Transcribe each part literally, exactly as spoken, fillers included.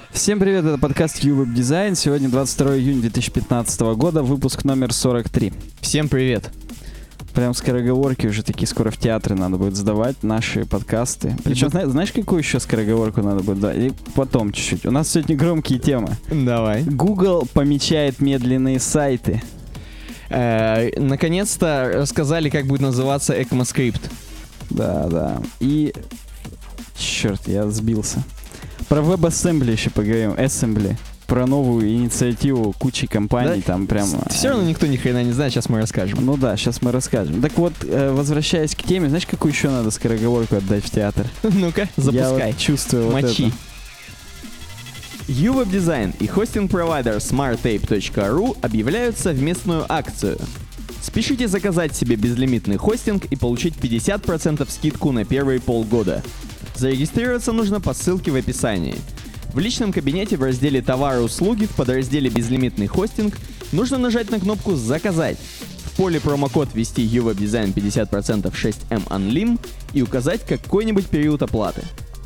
Всем привет, это подкаст YouWeb Design. Сегодня двадцать второго июня две тысячи пятнадцатого года, выпуск номер сорок три. Всем привет. Прям скороговорки уже такие скоро в театры надо будет сдавать, наши подкасты. Причем, знаешь, знаешь, какую еще скороговорку надо будет дать? И потом чуть-чуть. У нас сегодня громкие темы. Давай. Google помечает медленные сайты. Э, наконец-то рассказали, как будет называться ECMAScript. Да, да. И... Черт, я сбился. Про WebAssembly еще поговорим. Assembly. Про новую инициативу кучи компаний, да, там прям... Все равно никто ни хрена не знает, сейчас мы расскажем. Ну да, сейчас мы расскажем. Так вот, возвращаясь к теме, знаешь, какую еще надо скороговорку отдать в театр? Ну-ка, запускай. Я вот чувствую Мочи. вот это. YouWeb Design и хостинг-провайдер smarttape точка ру объявляют совместную акцию. Спешите заказать себе безлимитный хостинг и получить пятьдесят процентов скидку на первые полгода. Зарегистрироваться нужно по ссылке в описании. В личном кабинете в разделе «Товары и услуги» в подразделе «Безлимитный хостинг» нужно нажать на кнопку «Заказать». В поле промокод ввести YouWeb Design пятьдесят процентов шесть эм Unlim и указать какой-нибудь период оплаты.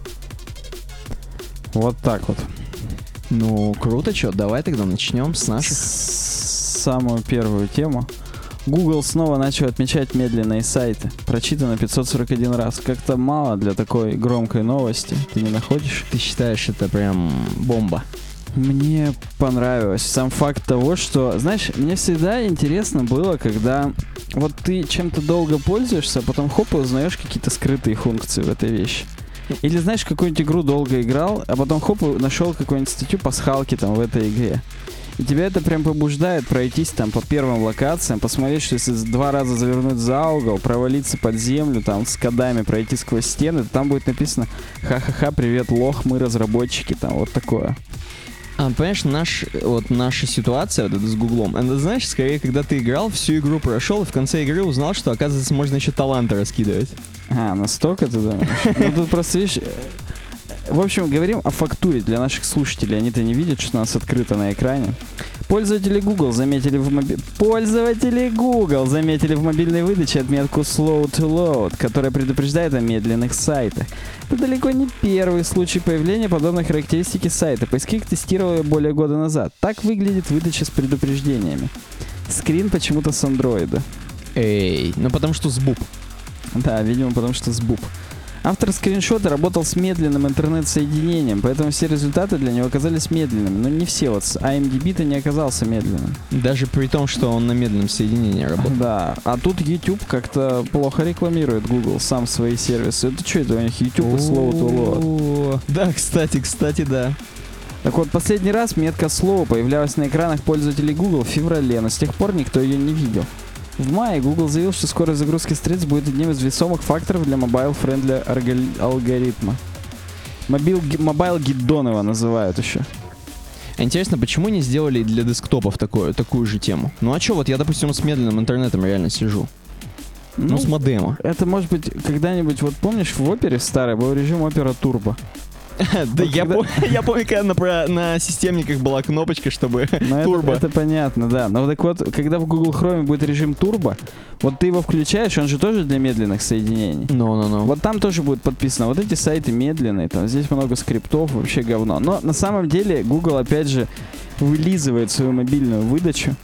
Вот так вот. Ну, круто, чё, давай тогда начнем с наших. С- самую первую тему. Google снова начал отмечать медленные сайты. Прочитано пятьсот сорок один раз. Как-то мало для такой громкой новости. Ты не находишь? Ты считаешь, это прям бомба? Мне понравилось сам факт того, что, знаешь, мне всегда интересно было, когда вот ты чем-то долго пользуешься, а потом хоп, и узнаешь какие-то скрытые функции в этой вещи. Или, знаешь, какую-нибудь игру долго играл, а потом хоп, и нашел какую-нибудь статью пасхалки там в этой игре. И тебя это прям побуждает пройтись там по первым локациям, посмотреть, что если два раза завернуть за угол, провалиться под землю, там с кодами пройти сквозь стены, то там будет написано «Ха-ха-ха, привет, лох, мы разработчики», там вот такое. А, понимаешь, наш, вот наша ситуация вот эта с Гуглом, это, знаешь, скорее, когда ты играл, всю игру прошел, и в конце игры узнал, что, оказывается, можно еще таланты раскидывать. А, настолько ты думаешь? Ну тут просто, видишь... В общем, говорим о фактуре для наших слушателей. Они-то не видят, что у нас открыто на экране. Пользователи Google заметили в моби... Пользователи Google заметили в мобильной выдаче отметку Slow to Load, которая предупреждает о медленных сайтах. Это далеко не первый случай появления подобной характеристики сайта. Поисковик тестировал ее более года назад. Так выглядит выдача с предупреждениями. Скрин почему-то с андроида. Эй, ну потому что с буб. Да, видимо, потому что с буб. Автор скриншота работал с медленным интернет-соединением, поэтому все результаты для него оказались медленными. Но не все. Вот с IMDb-то не оказался медленным. Даже при том, что он на медленном соединении работает. Да. А тут YouTube как-то плохо рекламирует Google сам свои сервисы. Это что это у них? YouTube и Slow to Load. Да, кстати, кстати, да. Так вот, последний раз метка Slow появлялась на экранах пользователей Google в феврале, но с тех пор никто ее не видел. В мае Google заявил, что скорость загрузки страниц будет одним из весомых факторов для mobile-friendly алгоритма. Mobile Гиддон его называют еще. Интересно, почему не сделали для десктопов такую, такую же тему? Ну а что, вот я, допустим, с медленным интернетом реально сижу. Ну, ну с модема. Это может быть когда-нибудь, вот помнишь, в Опере старой был режим Opera Turbo. Да, я помню, когда на системниках была кнопочка, чтобы турбо. Это понятно, да. Но так вот, когда в Google Chrome будет режим турбо, вот ты его включаешь, он же тоже для медленных соединений. Ну, ну, ну. Вот там тоже будет подписано, вот эти сайты медленные, там здесь много скриптов, вообще говно. Но на самом деле Google, опять же, вылизывает свою мобильную выдачу.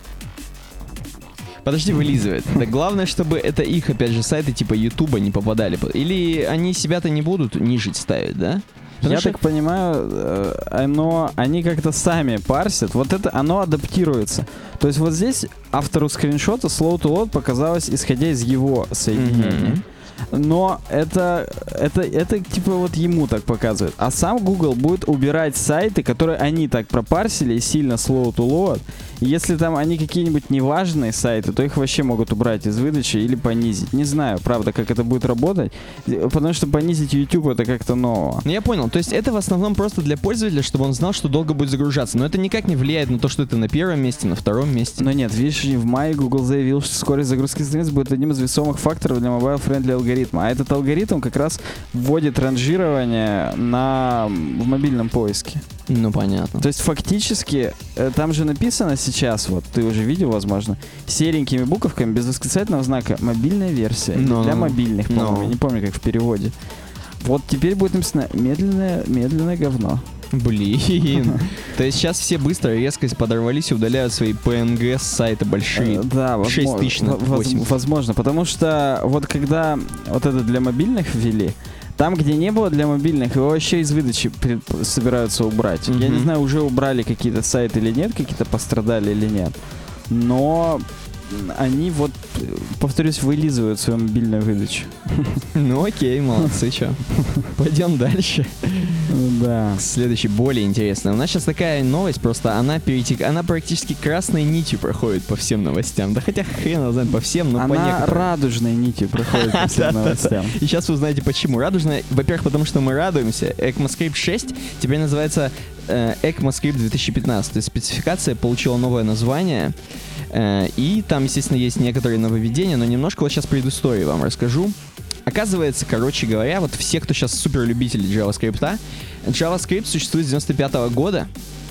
Подожди, вылизывает. Да главное, чтобы это их, опять же, сайты типа Ютуба не попадали. Или они себя-то не будут нижить ставить, да? Потому Я что... так понимаю, оно, они как-то сами парсят. Вот это, оно адаптируется. То есть вот здесь автору скриншота Slow to Load показалось, исходя из его соединения. Mm-hmm. Но это, это, это типа вот ему так показывает. А сам Google будет убирать сайты, которые они так пропарсили и сильно slow to load. И если там они какие-нибудь неважные сайты, то их вообще могут убрать из выдачи или понизить. Не знаю, правда, как это будет работать. Потому что понизить YouTube это как-то нового. Ну я понял. То есть это в основном просто для пользователя, чтобы он знал, что долго будет загружаться. Но это никак не влияет на то, что это на первом месте, на втором месте. Но нет, видишь, в мае Google заявил, что скорость загрузки страниц будет одним из весомых факторов для mobile-friendly алгоритма. А этот алгоритм как раз вводит ранжирование на, в мобильном поиске. Ну, понятно. То есть фактически там же написано сейчас, вот ты уже видел, возможно, серенькими буковками без восклицательного знака «мобильная версия». No, для no, мобильных, по-моему. No. Я не помню, как в переводе. Вот теперь будет написано «медленное, медленное говно». Блин. То есть сейчас все быстро резко подорвались и удаляют свои пи эн джи с сайта большие. Да, шесть тысяч на восемь. Возможно, потому что вот когда вот это для мобильных ввели, там, где не было для мобильных, его вообще из выдачи собираются убрать. Mm-hmm. Я не знаю, уже убрали какие-то сайты или нет, какие-то пострадали или нет. Но они вот, повторюсь, вылизывают свою мобильную выдачу. Ну окей, молодцы, чё. Пойдем дальше. Да. Следующий, более интересный. У нас сейчас такая новость, просто она перетек... она практически красной нитью проходит по всем новостям. Да хотя хрен его знает по всем, но она по некоторым. Она радужной нитью проходит по всем новостям. И сейчас вы узнаете почему. Радужная, во-первых, потому что мы радуемся. ECMAScript шесть теперь называется э, ECMAScript две тысячи пятнадцать. То есть спецификация получила новое название. Э, и там, естественно, есть некоторые нововведения, но немножко вот сейчас предысторию вам расскажу. Оказывается, короче говоря, вот все, кто сейчас суперлюбители JavaScript, JavaScript существует с девяносто пятого года.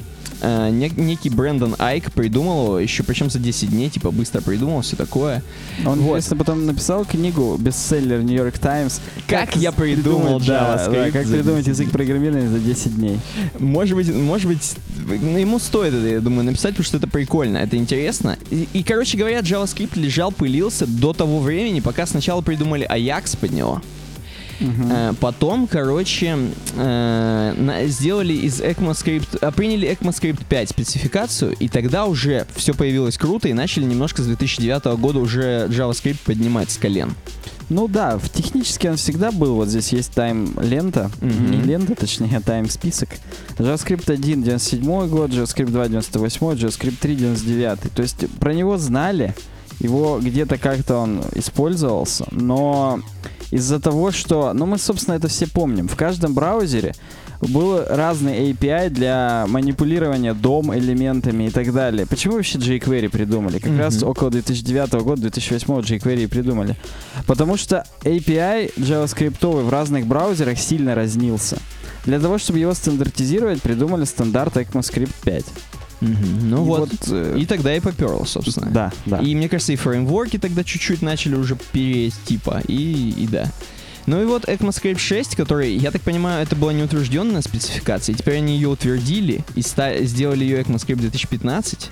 Э, нек- некий Брэндон Айк придумал его, еще причем за десять дней, типа быстро придумал, все такое. Он, вот. Если потом написал книгу, бестселлер New York Times, как, как я придумал JavaScript. Да, да, как придумать язык программирования за десять дней. Может быть, может быть, ему стоит это, я думаю, написать, потому что это прикольно, это интересно. И, и короче говоря, JavaScript лежал, пылился до того времени, пока сначала придумали Ajax под него. Uh-huh. Uh, потом, короче, uh, на, сделали из ECMAScript, uh, приняли ECMAScript пять спецификацию, и тогда уже все появилось круто, и начали немножко с две тысячи девятого года уже JavaScript поднимать с колен. Ну да, в технически он всегда был. Вот здесь есть тайм-лента, mm-hmm. не лента, точнее, а тайм-список. JavaScript один девяносто седьмой год, JavaScript два девяносто восьмой, JavaScript три девяносто девятый. То есть про него знали, его где-то как-то он использовался, но из-за того, что... Ну, мы, собственно, это все помним. В каждом браузере был разный эй пи ай для манипулирования дом элементами и так далее. Почему вообще jQuery придумали? Как mm-hmm. раз около две тысячи девятого года, две тысячи восьмого jQuery придумали. Потому что эй пи ай JavaScript в разных браузерах сильно разнился. Для того, чтобы его стандартизировать, придумали стандарт ECMAScript пять. Mm-hmm. Ну и вот, вот э... и тогда и поперло, собственно. Да, да. И мне кажется, и фреймворки тогда чуть-чуть начали уже переть, типа, и, и да. Ну и вот ECMAScript шесть, который, я так понимаю, это была неутвержденная спецификация, и теперь они ее утвердили и ста- сделали ее ECMAScript две тысячи пятнадцать.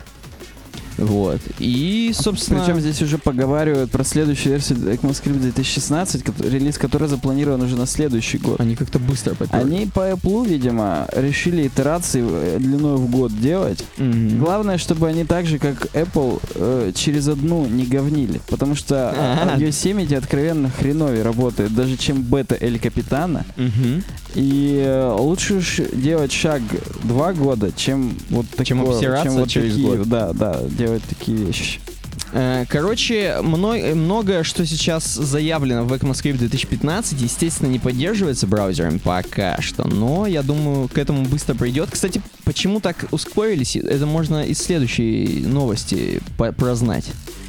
Вот. И, собственно... Причем здесь уже поговаривают про следующую версию ECMAScript две тысячи шестнадцать, релиз которой запланирован уже на следующий год. Они как-то быстро поперли. Они по Apple, видимо, решили итерации длиной в год делать. Mm-hmm. Главное, чтобы они так же, как Apple, э, через одну не говнили. Потому что А-а-а. Yosemite откровенно хреновее работает, даже чем бета Эль Капитана. Mm-hmm. И э, лучше уж делать шаг два года, чем вот такое, чем обсираться чем вот через такие, год. Да, да, делать такие вещи. Короче, мно- многое, что сейчас заявлено в ECMAScript две тысячи пятнадцать, естественно, не поддерживается браузерами пока что, но я думаю, к этому быстро придет. Кстати, почему так ускорились, это можно из следующей новости по- прознать.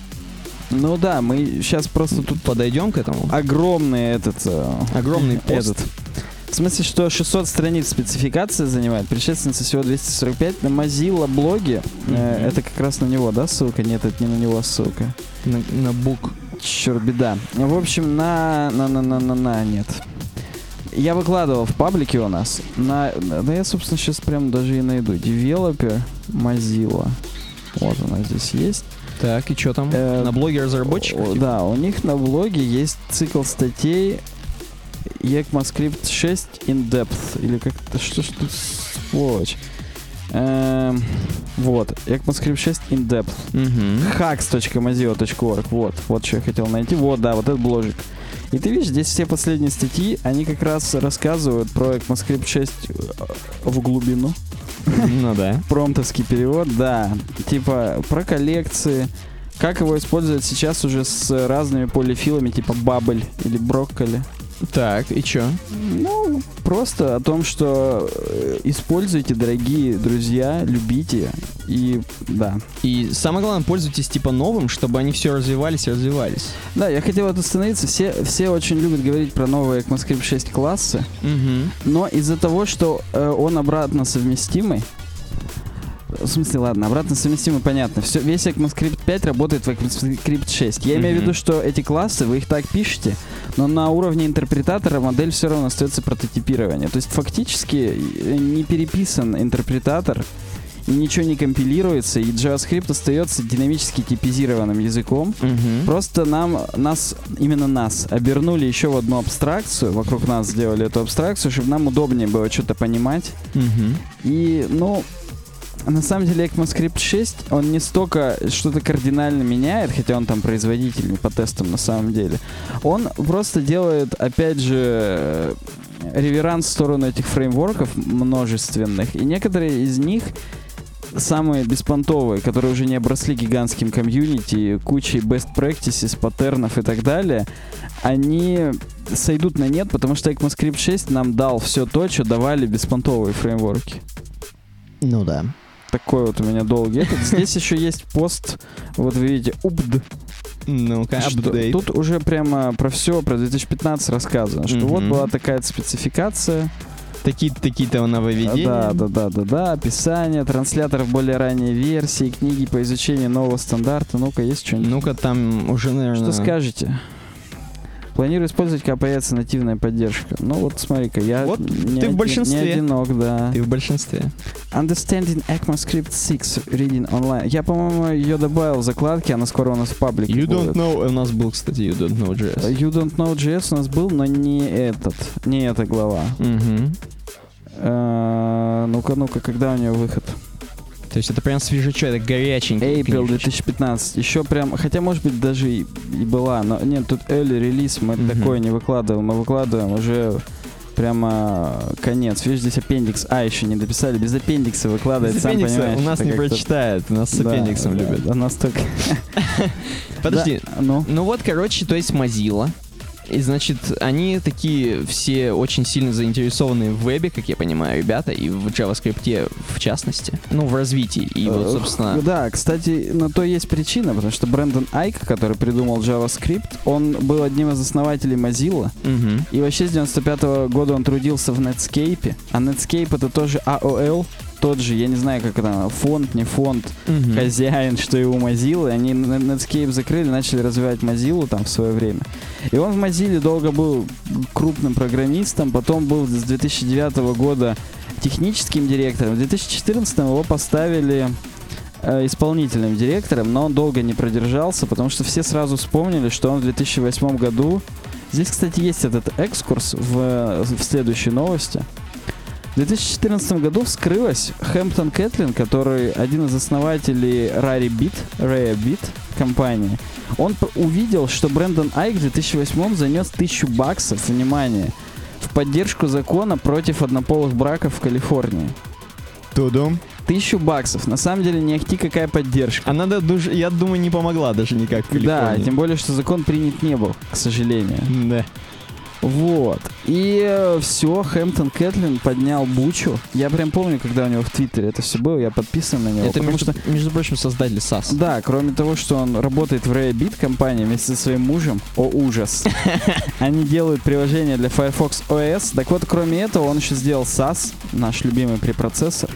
Ну да, мы сейчас просто тут подойдем к этому. Огромный этот... Огромный пост. Этот. В смысле, что шестьсот страниц спецификации занимает, предшественница всего двести сорок пять. На Mozilla блоге, mm-hmm. э, это как раз на него, да, ссылка? Нет, это не на него ссылка. На, на бук. Черт, беда. В общем, на... на-на-на-на-на, нет. Я выкладывал в паблике у нас. На, да я, собственно, сейчас прям даже и найду. Developer Mozilla. Вот она здесь есть. Так, и что там? Э, на блоге разработчиков? Да, у них на блоге есть цикл статей ECMAScript шесть in depth. Или как-то, что ж тут, сволочь. Эм, вот, ECMAScript шесть in depth. Mm-hmm. hacks точка mozilla точка org. Вот, вот что я хотел найти. Вот, да, вот этот бложик. И ты видишь, здесь все последние статьи, они как раз рассказывают про ECMAScript шесть в глубину. Ну да. Промптовский перевод, да. Типа про коллекции. Как его использовать сейчас уже с разными полифилами, типа бабль или брокколи. Так, и чё? Ну, просто о том, что используйте, дорогие друзья, любите, и да. И самое главное, пользуйтесь типа новым, чтобы они все развивались и развивались. Да, я хотел вот остановиться. Все, все очень любят говорить про новые ECMAScript шесть классы, угу. но из-за того, что э, он обратно совместимый, В смысле, ладно, обратно совместимо, понятно. Все, весь ECMAScript пять работает в ECMAScript шесть. Я mm-hmm. имею в виду, что эти классы, вы их так пишете, но на уровне интерпретатора модель все равно остается прототипирование. То есть фактически не переписан интерпретатор, и ничего не компилируется, и JavaScript остается динамически типизированным языком. Mm-hmm. Просто нам, нас, именно нас, обернули еще в одну абстракцию, вокруг нас сделали эту абстракцию, чтобы нам удобнее было что-то понимать. Mm-hmm. И, ну, на самом деле ECMAScript шесть, он не столько что-то кардинально меняет, хотя он там производительный по тестам на самом деле. Он просто делает, опять же, реверанс в сторону этих фреймворков множественных, и некоторые из них самые беспонтовые, которые уже не обросли гигантским комьюнити, кучей best practices, паттернов и так далее, они сойдут на нет, потому что ECMAScript шесть нам дал все то, что давали беспонтовые фреймворки. Ну да. Такой вот у меня долгий этот. Здесь еще есть пост, вот вы видите, упд. Ну-ка, апдейт. Тут уже прямо про все, про две тысячи пятнадцать рассказано, что mm-hmm. вот была такая спецификация. Такие, такие-то нововведения. Да, да, да, да, да. Описание, транслятор в более ранней версии, книги по изучению нового стандарта. Ну-ка, есть что-нибудь? Ну-ка, там уже, наверное... Что скажете? Планирую использовать, когда появится нативная поддержка. Ну вот, смотри-ка, я вот не, ты оди- в большинстве. не одинок, да. Ты в большинстве. Understanding ECMAScript шесть Reading Online. Я, по-моему, ее добавил в закладки, она скоро у нас в паблике You будет. don't know... У нас был, кстати, You don't know джей эс. You don't know джей эс у нас был, но не этот, не эта глава. Угу. Uh, ну-ка, ну-ка, когда у нее выход? То есть это прям свежачок, это горяченький. April две тысячи пятнадцать. Еще прям, хотя может быть даже и, и была, но нет, тут early релиз, мы mm-hmm. такое не выкладываем, мы выкладываем уже прямо конец. Видишь, здесь аппендикс. А, еще не дописали, без аппендикса выкладывать, без сам аппендикса понимаешь. у нас не прочитают, у нас с да, аппендиксом да, любят. Да, нас только... Подожди, да, ну. ну вот, короче, то есть Mozilla. И, значит, они такие все очень сильно заинтересованы в вебе, как я понимаю, ребята, и в JavaScript в частности, ну, в развитии. И вот, собственно... Да, кстати, на то есть причина, потому что Брэндон Айк, который придумал JavaScript, он был одним из основателей Mozilla, угу. и вообще с девяносто пятого года он трудился в Netscape, а Netscape это тоже эй о эл, тот же, я не знаю, как это, фонд, не фонд, uh-huh. хозяин, что и у Mozilla. Они Netscape закрыли, начали развивать Mozilla там в свое время. И он в Mozilla долго был крупным программистом, потом был с две тысячи девятого года техническим директором. В две тысячи четырнадцатом его поставили э, исполнительным директором, но он долго не продержался, потому что все сразу вспомнили, что он в две тысячи восьмом году... Здесь, кстати, есть этот экскурс в, в следующей новости. В две тысячи четырнадцатом году вскрылась Хэмптон Кэтлин, который один из основателей Raribit, Raribit компании. Он увидел, что Брэндон Айк в две тысячи восьмом занес тысячу баксов, внимание, в поддержку закона против однополых браков в Калифорнии. Тудум. Тысячу баксов. На самом деле не ахти какая поддержка. Она, я думаю, не помогла даже никак в Калифорнии. Да, тем более, что закон принят не был, к сожалению. Да. Вот. И э, все, Хэмптон Кэтлин поднял бучу. Я прям помню, когда у него в Твиттере это все было, я подписан на него. Это, между, что, между прочим, создатель сас. Да, кроме того, что он работает в Raribit компании вместе со своим мужем. О, ужас. Они делают приложение для Firefox о эс. Так вот, кроме этого, он еще сделал сас, наш любимый препроцессор.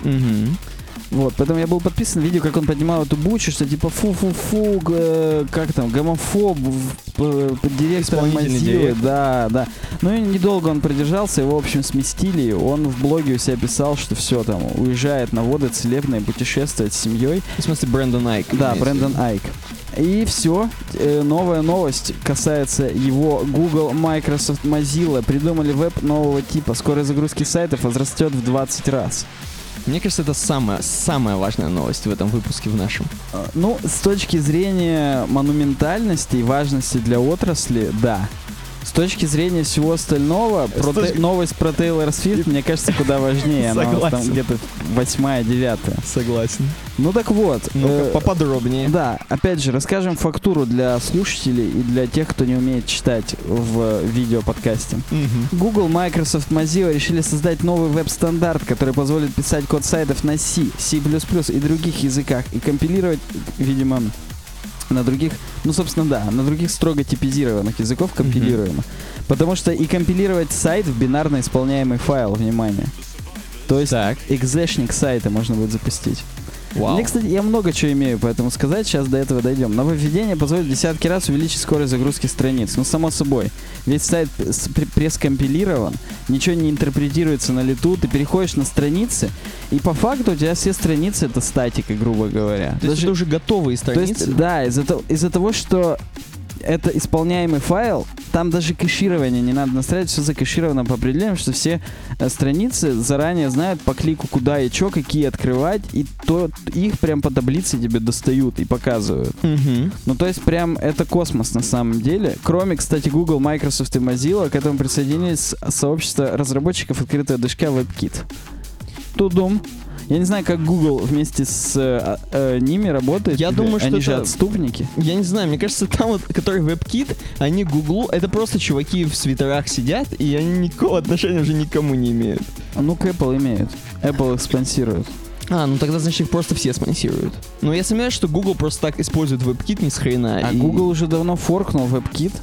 Вот, поэтому я был подписан, видел, как он поднимал эту бучу, что типа фу-фу-фу, г- как там, гомофоб, под директором Mozilla, да, да. Ну и недолго он продержался, его, в общем, сместили, он в блоге у себя писал, что все, там, уезжает на воды целебные, путешествовать с семьей. В смысле, Брэндон Айк. Да, Брэндон Айк. И все, э, новая новость касается его. Google, Microsoft, Mozilla придумали веб нового типа, скорость загрузки сайтов возрастет в двадцать раз. Мне кажется, это самая, самая важная новость в этом выпуске в нашем. Ну, с точки зрения монументальности и важности для отрасли, да. С точки зрения всего остального, про точки... те... новость про Тейлор Свифт, мне кажется, куда важнее. Она у нас там где-то восьмая, девятая. Согласен. Ну так вот. Ну-ка, э... поподробнее. Да, опять же, расскажем фактуру для слушателей и для тех, кто не умеет читать в видеоподкасте. Угу. Google, Microsoft, Mozilla решили создать новый веб-стандарт, который позволит писать код сайтов на C, C++ и других языках и компилировать, видимо, на других, ну, собственно, да, на других строго типизированных языков компилируемо. Mm-hmm. Потому что и компилировать сайт в бинарно исполняемый файл, внимание. То есть так. экзешник сайта можно будет запустить. Вау. Мне, кстати, я много чего имею, поэтому сказать, сейчас до этого дойдем. Нововведение позволит в десятки раз увеличить скорость загрузки страниц. Ну, само собой. Весь сайт пресс-компилирован, ничего не интерпретируется на лету, ты переходишь на страницы, и по факту у тебя все страницы — это статика, грубо говоря. То есть это уже готовые страницы? То есть, да, из-за того, из-за того, что это исполняемый файл, там даже кэширование не надо настраивать, все закэшировано по определению, что все э, страницы заранее знают по клику, куда и что, какие открывать, и то их прям по таблице тебе достают и показывают. Угу. Ну, то есть прям это космос на самом деле. Кроме, кстати, Google, Microsoft и Mozilla, к этому присоединились сообщество разработчиков открытого движка WebKit. Тудум. Я не знаю, как Google вместе с э, э, ними работает. Я думаю, что они это... же отступники. Я не знаю, мне кажется, там вот, который WebKit, они Google, это просто чуваки в свитерах сидят, и они никакого отношения уже никому не имеют. Ну, к Apple имеют. Apple их спонсирует. А, ну тогда, значит, их просто все спонсируют. Но я сомневаюсь, что Google просто так использует WebKit ни с хрена. А и... Google уже давно форкнул WebKit,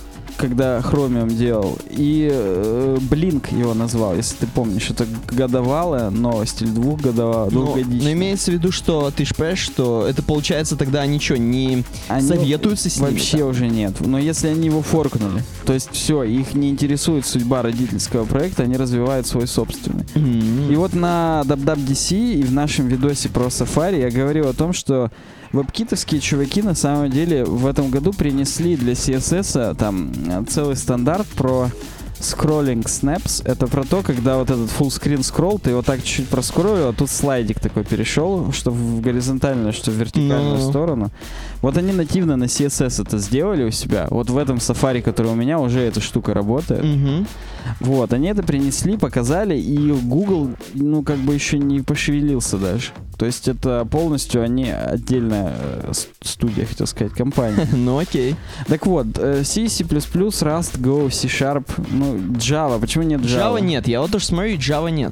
когда Chromium делал, и э, Blink его назвал, если ты помнишь. Это годовалая новость или двухгодовалая, Но, двухгодичная. но имеется в виду, что ты ж понимаешь, что это получается тогда ничего, не Они советуются с ними. Вообще там. уже нет. Но если они его форкнули, то есть все, их не интересует судьба родительского проекта, они развивают свой собственный. Mm-hmm. И вот на даб даб ди си и в нашем видосе про Safari я говорил о том, что веб-китовские чуваки на самом деле в этом году принесли для си эс эс там целый стандарт про scrolling snaps. Это про то, когда вот этот full screen scroll, ты его так чуть-чуть проскроллил, а тут слайдик такой перешел, что в горизонтальную, что в вертикальную No. сторону. Вот они нативно на си эс эс это сделали у себя. Вот в этом Safari, который у меня, уже эта штука работает. Mm-hmm. Вот, они это принесли, показали, и Google, ну, как бы еще не пошевелился даже. То есть это полностью они отдельная э, студия, хотел сказать, компания. Ну окей. Так вот, э, C, C++, Rust, Go, C-Sharp, ну, Java. Почему нет Java? Java нет, я вот тоже смотрю, Java нет.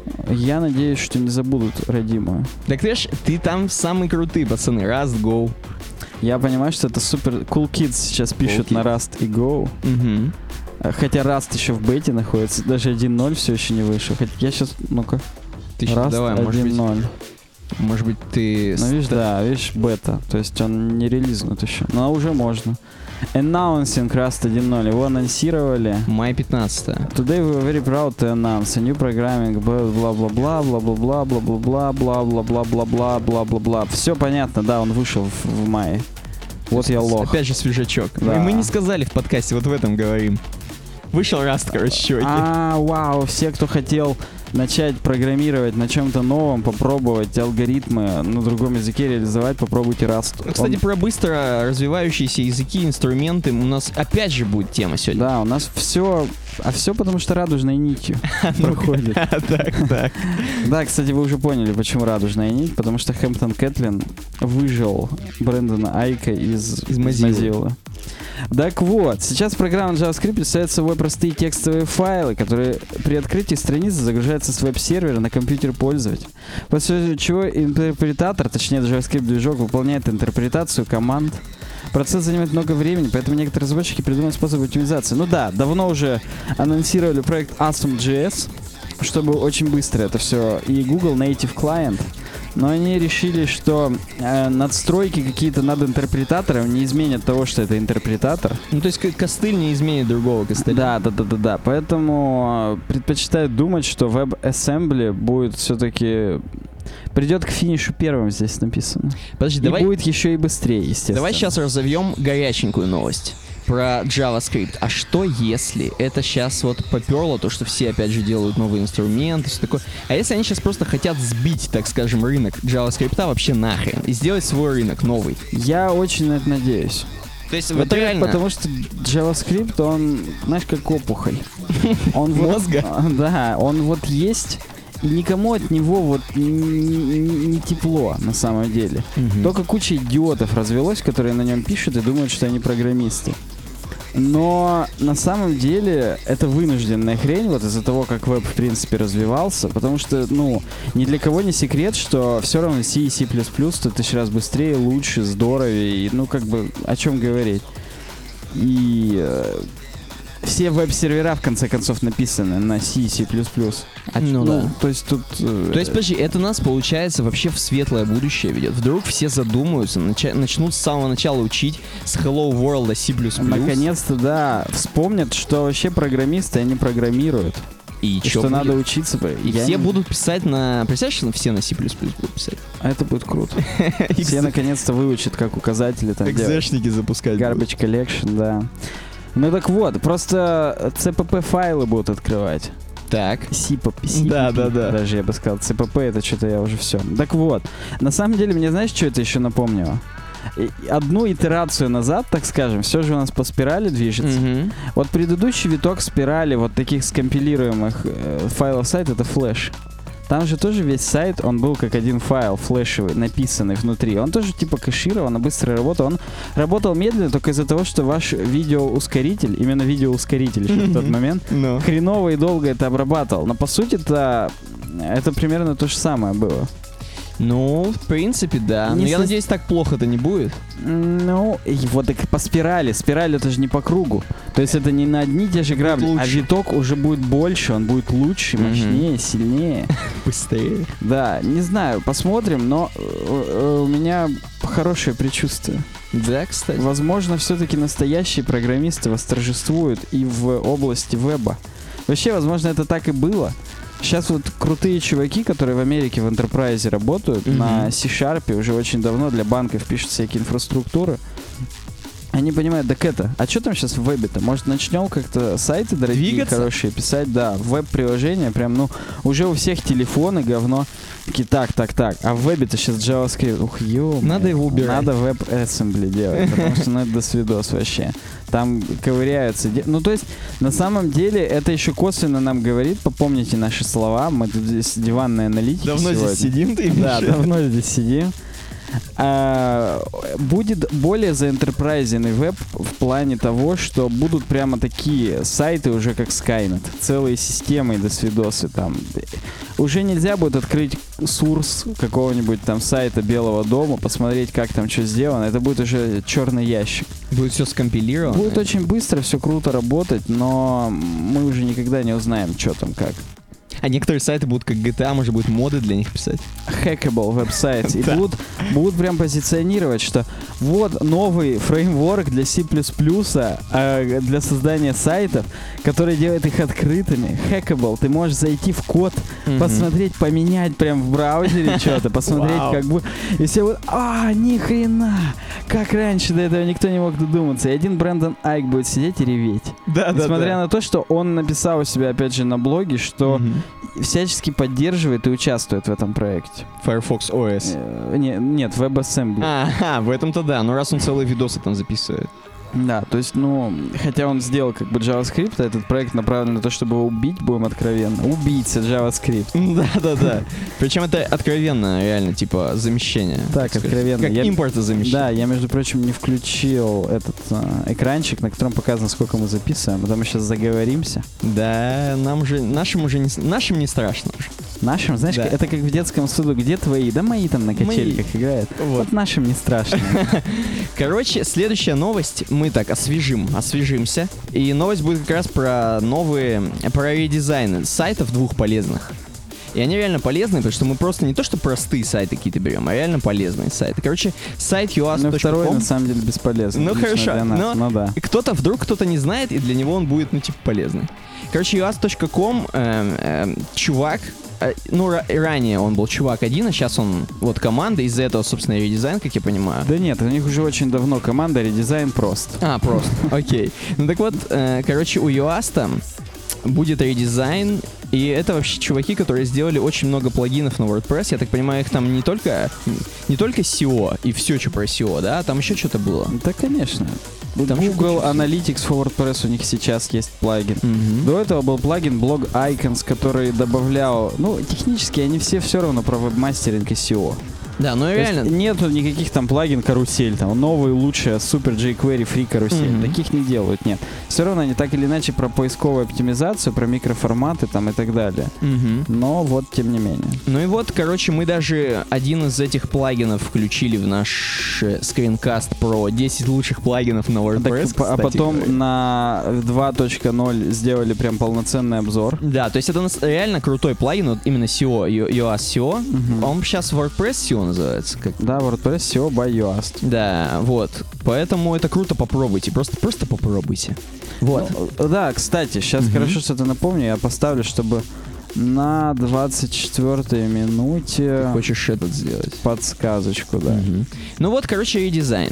Я надеюсь, что не забудут родимую. Так ты ж, ты там самый крутый, пацаны, Rust, Go. Я понимаю, что это супер... Cool Kids сейчас пишут Kids. на Rust и Go. Угу. Хотя Rust еще в бете находится, даже один ноль все еще не вышел. Хотя я сейчас, ну-ка, Ты щас Rust давай, может быть, один ноль. может быть, ты... Ну, видишь, ст- да, видишь, бета. То есть он не релизнут еще. Но уже можно. Announcing Rust один ноль. Его анонсировали. Май пятнадцатое. Today we are very proud to announce a new programming, бла-бла-бла, бла-бла-бла, бла-бла-бла, бла-бла-бла-бла-бла, бла-бла-бла. Все понятно, да, он вышел в, в мае. Вот я лох. Опять же свежачок. Да. Мы, мы не сказали в подкасте, вот в этом говорим. Вышел Rust, короче, чуваки. А, вау, все, кто хотел начать программировать на чем-то новом, попробовать алгоритмы на другом языке реализовать, попробуйте Rust. Ну, кстати, Он- про быстро развивающиеся языки, инструменты у нас опять же будет тема сегодня. Да, у нас все, а все потому что радужной нитью проходит. Так, так. Да, кстати, вы уже поняли, почему радужная нить, потому что Хэмптон Кэтлин выжил Брэндона Айка из, Из Mozilla. Mozilla. Так вот, сейчас программа JavaScript представляет собой простые текстовые файлы, которые при открытии страницы загружаются с веб-сервера на компьютер пользователя. После чего интерпретатор, точнее JavaScript-движок, выполняет интерпретацию команд. Процесс занимает много времени, поэтому некоторые разработчики придумывают способы оптимизации. Ну да, давно уже анонсировали проект Awesome.js, чтобы очень быстро это все, и Google Native Client. Но они решили, что э, надстройки какие-то над интерпретатором не изменят того, что это интерпретатор. Ну, то есть к- костыль не изменит другого костыля. Да, да, да, да, да. Поэтому э, предпочитают думать, что WebAssembly будет все-таки придет к финишу первым, здесь написано. Подожди, И давай, будет еще и быстрее, естественно. давай сейчас разовьем горяченькую новость про JavaScript. А что если это сейчас вот поперло, то, что все опять же делают новые инструменты, все такое. А если они сейчас просто хотят сбить, так скажем, рынок JavaScript вообще нахрен и сделать свой рынок новый? Я очень на это надеюсь. То есть вот Во-первых, реально... потому что JavaScript, он, знаешь, как опухоль. Он вот- Мозга? Да, он вот есть, и никому от него вот не, не- не тепло на самом деле. Мгм. Только куча идиотов развелось, которые на нем пишут и думают, что они программисты. Но на самом деле это вынужденная хрень, вот из-за того, как веб в принципе развивался, потому что, ну, ни для кого не секрет, что все равно C и C++ сто тысяч раз быстрее, лучше, здоровее, и, ну, как бы, о чем говорить. И э, все веб-сервера, в конце концов, написаны на C, C++. А, Ну да. То есть тут... э, То есть, подожди, это нас, получается, вообще в светлое будущее ведет. Вдруг все задумаются, нача- начнут с самого начала учить с Hello World C++. наконец-то, да, вспомнят, что вообще программисты, они программируют. И, И чё что надо будет? учиться. И Я все не- будут писать на... Представляешь, что все на C++ будут писать? А это будет круто. Все наконец-то выучат, как указатели там делать. Экзешники запускать. Garbage collection, да. Ну так вот, просто си пи пи-файлы будут открывать. Так. си пи пи. Да, да, да. Даже я бы сказал, си пи пи это что-то я уже все. Так вот, на самом деле, мне знаешь, что это еще напомнило? И- Одну итерацию назад, так скажем, все же у нас по спирали движется. Мгм. Вот предыдущий виток спирали вот таких скомпилируемых э, файлов сайта — это флеш. Там же тоже весь сайт, он был как один файл флешевый, написанный внутри. Он тоже типа кэширован, и быстро работал. Он работал медленно только из-за того, что ваш видеоускоритель, именно видеоускоритель еще в тот момент, Ну. хреново и долго это обрабатывал. Но по сути это, это примерно то же самое было. Ну, в принципе, да. Не Но я со- надеюсь, так плохо-то не будет. Ну, и вот так по спирали. Спираль это же не по кругу. То есть это не на одни и те же грабли, а лучше. виток уже будет больше, он будет лучше, Мгм. мощнее, сильнее. Быстрее. Да, не знаю, посмотрим, но э, э, у меня хорошее предчувствие. Да, кстати. Возможно, все-таки настоящие программисты восторжествуют и в области веба. Вообще, возможно, это так и было. Сейчас вот крутые чуваки, которые в Америке в Enterprise работают, Мгм. на C-Sharp уже очень давно для банков пишут всякие инфраструктуры. Они понимают, так это, а что там сейчас в вебе-то? Может, начнем как-то сайты дорогие, Двигаться? хорошие писать? Да, веб-приложения, прям, ну, уже у всех телефоны говно. Такие, так, так, так, а в вебе-то сейчас JavaScript. Ух, ё Надо его убирать. Надо веб-ассембли делать, потому что, ну, это досвидос вообще. Там ковыряются. де- Ну, то есть, на самом деле, это еще косвенно нам говорит, попомните наши слова, мы тут здесь диванные аналитики Давно сегодня. здесь сидим, ты Да, имеешь? давно здесь сидим. А, будет более заэнтерпрайзенный веб в плане того, что будут прямо такие сайты уже как Skynet, целые системы и досвидосы там. Уже нельзя будет открыть сурс какого-нибудь там сайта Белого дома, посмотреть, как там что сделано. Это будет уже черный ящик. Будет все скомпилировано. Будет очень быстро, все круто работать, но мы уже никогда не узнаем, что там как. А некоторые сайты будут как джи ти эй, может быть, моды для них писать. Hackable веб-сайт. И Да. будут, будут прям позиционировать, что вот новый фреймворк для C++, э, для создания сайтов, который делает их открытыми. Hackable. Ты можешь зайти в код, Мгм. посмотреть, поменять прям в браузере что-то, посмотреть, Вау. как бы... И все будут, а, ни хрена! Как раньше до этого никто не мог додуматься. И один Брэндон Айк будет сидеть и реветь. Да, Несмотря на то, что он написал у себя, опять же, на блоге, что Мгм. всячески поддерживает и участвует в этом проекте. Firefox о эс. Э, не, нет, WebAssembly. Ага, в этом-то да. Ну раз он целые видосы там записывает. Да, то есть, ну, хотя он сделал как бы JavaScript, а этот проект направлен на то, чтобы его убить, будем откровенно. Убийца JavaScript. Да-да-да. Причем это откровенно, реально, типа, замещение. Так, сказать. откровенно. Как Я- импортозамещение. Да, я, между прочим, не включил этот а, экранчик, на котором показано, сколько мы записываем, а то мы сейчас заговоримся. Да, нам же, нашим уже не, с- нашим не страшно уже. Нашим, знаешь, Да. это как в детском саду, где твои? Да мои там на качельках играют. Вот. Вот нашим не страшно. Короче, следующая новость. Мы так освежим, освежимся. И новость будет как раз про новые, про редизайны сайтов двух полезных. И они реально полезные, потому что мы просто не то, что простые сайты какие-то берем, а реально полезные сайты. Короче, сайт Ну, юас.ком. второй, на самом деле, бесполезный. Ну, лично хорошо, для нас. но- Ну да. И кто-то, вдруг кто-то не знает, и для него он будет, ну, типа, полезный. Короче, юас точка ком, эм, эм, чувак, э, ну, ра- ранее он был чувак один, а сейчас он, вот, команда, из-за этого, собственно, и редизайн, как я понимаю. Да нет, у них уже очень давно команда, редизайн прост. А, просто, окей. Ну, так вот, э, короче, у юас там будет редизайн, и это вообще чуваки, которые сделали очень много плагинов на WordPress. Я так понимаю, их там не только, не только сео и все, что про сео, да, там еще что-то было. Да, конечно. Там же Google куча всего. Analytics for WordPress у них сейчас есть плагин. Мгм. До этого был плагин Blog Icons, который добавлял... Ну, технически они все все равно про веб-мастеринг и сео. Да, ну То есть реально. нету никаких там плагин карусель, там новый, лучшая, супер jQuery free карусель. Мгм. Таких не делают, нет. Все равно они так или иначе про поисковую оптимизацию, про микроформаты там и так далее. Мгм. Но вот, тем не менее. Ну и вот, короче, мы даже один из этих плагинов включили в наш э, скринкаст про десять лучших плагинов на WordPress. Так, а кстати потом говоря. на два точка ноль сделали прям полноценный обзор. Да, то есть это нас- реально крутой плагин, вот именно сео, ю- ю эй сео. Мгм. Он сейчас WordPress сео называется. Как... Да, WordPress сео by Yoast. Да, вот. Поэтому это круто, попробуйте. Просто, просто попробуйте. Вот. Ну, да, кстати, сейчас Мгм. хорошо, что ты напомню, я поставлю, чтобы на двадцать четвёртой минуте Хочешь этот сделать? подсказочку, да. Мгм. Ну вот, короче, редизайн.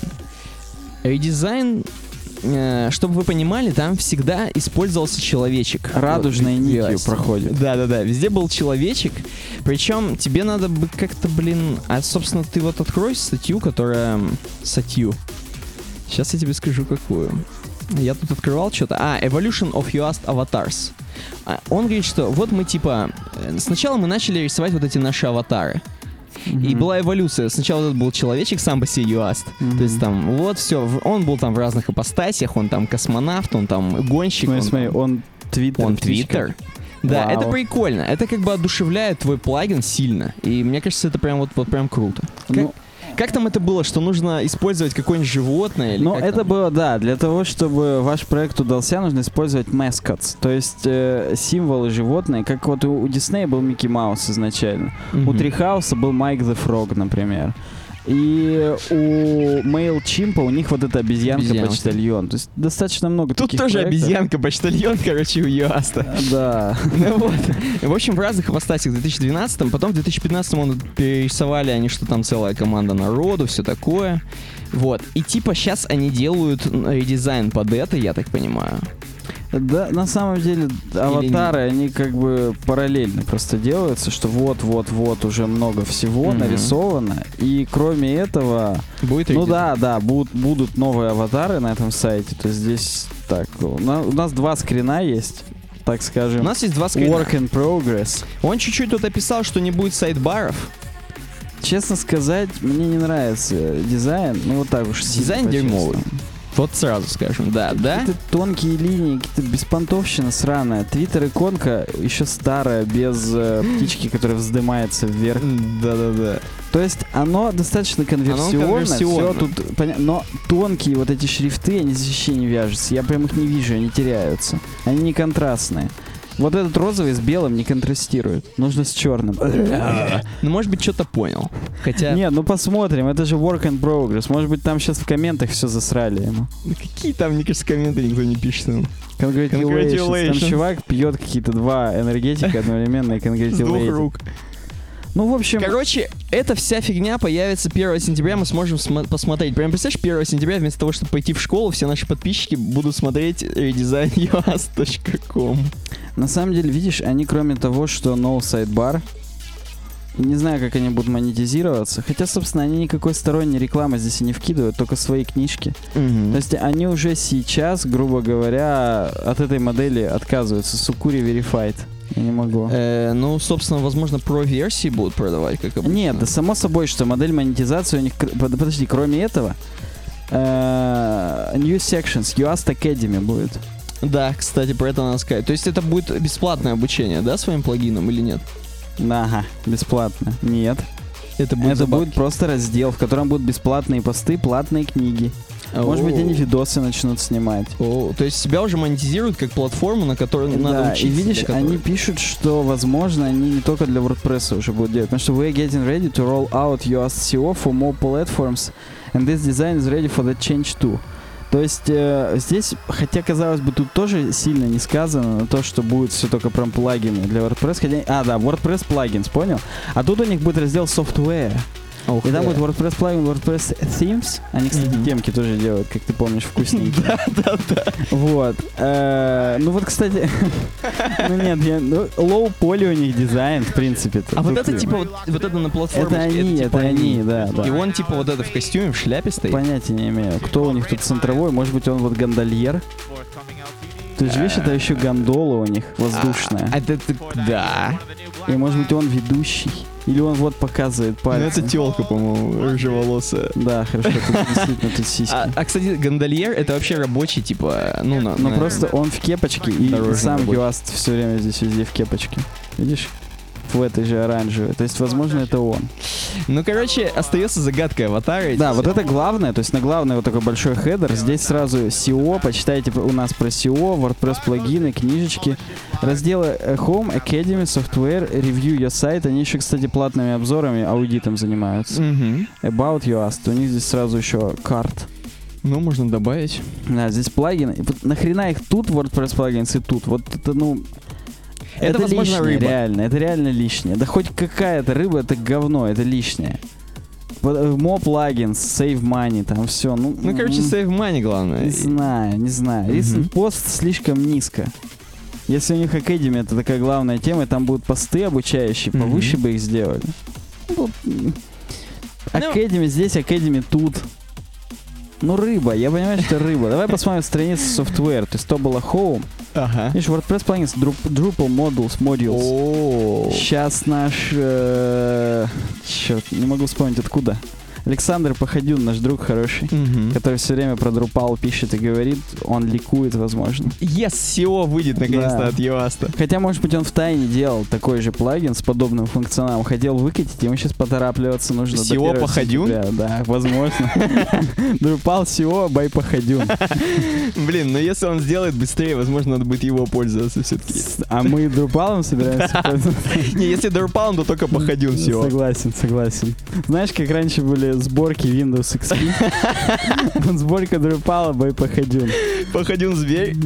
Редизайн, э, чтобы вы понимали, там всегда использовался человечек. Радужной Вот, нитью ясно. проходит. Да-да-да, везде был человечек. Причем тебе надо бы как-то, блин... А, собственно, ты вот открой статью, которая... м, Статью. Сейчас я тебе скажу, какую. Я тут открывал что-то. А, Evolution of Yoast Avatars. А, Он говорит, что вот мы типа... э, Сначала мы начали рисовать вот эти наши аватары. И Мгм. была эволюция. Сначала этот был человечек сам по себе Yoast. Мгм. То есть там вот все. Он был там в разных ипостасях. Он там космонавт, он там гонщик. Смотри, он, смотри, там- он твиттер. он птичка. твиттер. Да, Вау. это прикольно. Это как бы одушевляет твой плагин сильно. И мне кажется, это прям вот, вот прям круто. Как, Ну, как там это было, что нужно использовать какое-нибудь животное? Или Ну, как это там? было, да, для того, чтобы ваш проект удался, нужно использовать mascots, то есть э, символы животные, как вот у, у Диснея был Микки Маус изначально, Мгм. у Трихауса был Майк the Frog, например. И у MailChimp у них вот эта Обезьянка. обезьянка-почтальон. То есть достаточно много Тут таких тоже проектов. обезьянка-почтальон, короче, у Yoast. Да. Ну вот. В общем, в разных ипостасях в две тысячи двенадцатом, потом в две тысячи пятнадцатом он перерисовали они, что там целая команда народу, все такое. Вот. И типа сейчас они делают м, редизайн под это, я так понимаю. Да, на самом деле аватары, они как бы параллельно просто делаются, что вот-вот-вот уже много всего Мгм. нарисовано. И кроме этого, Будет ну редизайн? да, да, будут, будут новые аватары на этом сайте. То есть здесь так, у на- у нас два скрина есть, так скажем. У нас есть два скрина. Work in progress. Он чуть-чуть тут описал, что не будет сайдбаров. Честно сказать, мне не нравится дизайн. Ну вот так уж. сильно, Дизайн по-честному. дерьмовый. Вот сразу скажем, да, да? Какие-то тонкие линии, какие-то беспонтовщина сраная. Твиттер-иконка еще старая, без э, птички, которая вздымается вверх. Да-да-да. То есть оно достаточно конверсионно, конверсионно. все тут поня- но тонкие вот эти шрифты, они вообще не вяжутся. Я прям их не вижу, они теряются. Они не контрастные. Вот этот розовый с белым не контрастирует. Нужно с черным. Ну, может быть, что-то понял. Хотя... Нет, ну посмотрим, это же work in progress. Может быть, там сейчас в комментах все засрали ему. Ну, какие там, мне кажется, комменты никто не пишет ему. Congratulations. Там Congratulations. чувак пьет какие-то два энергетика одновременно и С двух congratulations. рук. Ну, в общем, Короче, эта вся фигня появится первого сентября, мы сможем смо- посмотреть. Прям представляешь, первого сентября вместо того, чтобы пойти в школу, все наши подписчики будут смотреть редизайн yoast точка ком. на самом деле, видишь, они кроме того, что no sidebar, не знаю, как они будут монетизироваться. Хотя, собственно, они никакой сторонней рекламы здесь и не вкидывают, только свои книжки. То есть они уже сейчас, грубо говоря, от этой модели отказываются. Сукури Verified. Я не могу. Э, ну, собственно, возможно, про-версии будут продавать, как обычно. Нет, да само собой, что модель монетизации у них... кр- под- Подожди, кроме этого, э, New Sections, Yoast Academy будет. Да, кстати, про это надо сказать. То есть это будет бесплатное обучение, да, своим плагином или нет? Ага, бесплатно. Нет. Это будет Это за будет бабки. просто раздел, в котором будут бесплатные посты, платные книги. Может быть, О. они видосы начнут снимать. О, то есть себя уже монетизируют как платформу, на которой надо Да, учиться. и видишь, для которой. они пишут, что, возможно, они не только для WordPress уже будут делать, потому что we're getting ready to roll out Yoast сео for more platforms, and this design is ready for that change too. То есть э, здесь, хотя, казалось бы, тут тоже сильно не сказано на то, что будет все только прям плагины для WordPress. Хотя, а, да, WordPress плагинс, понял? А тут у них будет раздел software. Ох И там ты. будет WordPress плагин, WordPress themes. Они, кстати, Мгм. темки тоже делают, как ты помнишь, вкусненькие. Да, да, да. Вот. Э, Ну вот, кстати, ну нет, я- ну, low poly у них дизайн, в принципе. А вот это типа вот, вот это на платформе. Это они, это они, да, И да. он типа вот это в костюме, в шляпе стоит. Понятия не имею, кто у них тут центровой. Может быть, он вот гондольер. То есть, видишь, это еще гондола у них воздушная. А, это, это- да. И может быть он ведущий. Или он вот показывает Ну, пальцем. это тёлка, по-моему, рыжеволосая. Да, хорошо, тут действительно тут сиськи. А, а, кстати, гондольер — это вообще рабочий, типа, ну, на, Но на- просто он в кепочке, и Дорожный сам рабочий. Юаст все время здесь везде в кепочке. Видишь? В этой же оранжевой. То есть, возможно, это он. Ну, короче, остается загадкой аватара. Да, вот это главное. То есть на главный вот такой большой хедер. Здесь сразу сео. Почитайте у нас про сео, WordPress плагины, книжечки. Разделы Home, Academy, Software, Review Your Site. Они еще, кстати, платными обзорами, аудитом занимаются. Мгм. About Yoast. У них здесь сразу еще карт. Ну, можно добавить. Да, здесь плагины. И вот нахрена их тут, WordPress плагинс, и тут? Вот это, ну... Это, возможно, лишнее, рыба. реально, это реально лишнее. Да хоть какая-то рыба, это говно, это лишнее. Мо плагинс, Save Money, там все. Ну, Ну, короче, м, save money главное. не знаю, не знаю. Если Мгм. пост слишком низко. Если у них Academy это такая главная тема, и там будут посты обучающие, Мгм. повыше бы их сделали. Ну, м, Ну- Academy здесь, Academy тут. Ну, рыба, я понимаю, что рыба. Давай посмотрим страницу Software. То есть то было Home. Ага. Видишь, WordPress плагинс, Drup- Drupal Modules, Modules. О. Сейчас наш... Э, черт, не могу вспомнить откуда. Александр Походюн, наш друг хороший, Мгм. который все время про Drupal пишет и говорит, он ликует, возможно. Yes, сео выйдет наконец-то Да. от Юаста. Хотя, может быть, он втайне делал такой же плагин с подобным функционалом, хотел выкатить, ему сейчас поторапливаться нужно. до сео первого Походюн? сентября. Да, возможно. Drupal сео by Походюн. Блин, но если он сделает быстрее, возможно, надо будет его пользоваться все-таки. А мы Drupal собираемся пользоваться? Не, если Drupal, то только Походюн сео. Согласен, согласен. Знаешь, как раньше были сборки Windows икс пи? Вот сборка Drupal by Походюн. Походюн зверь.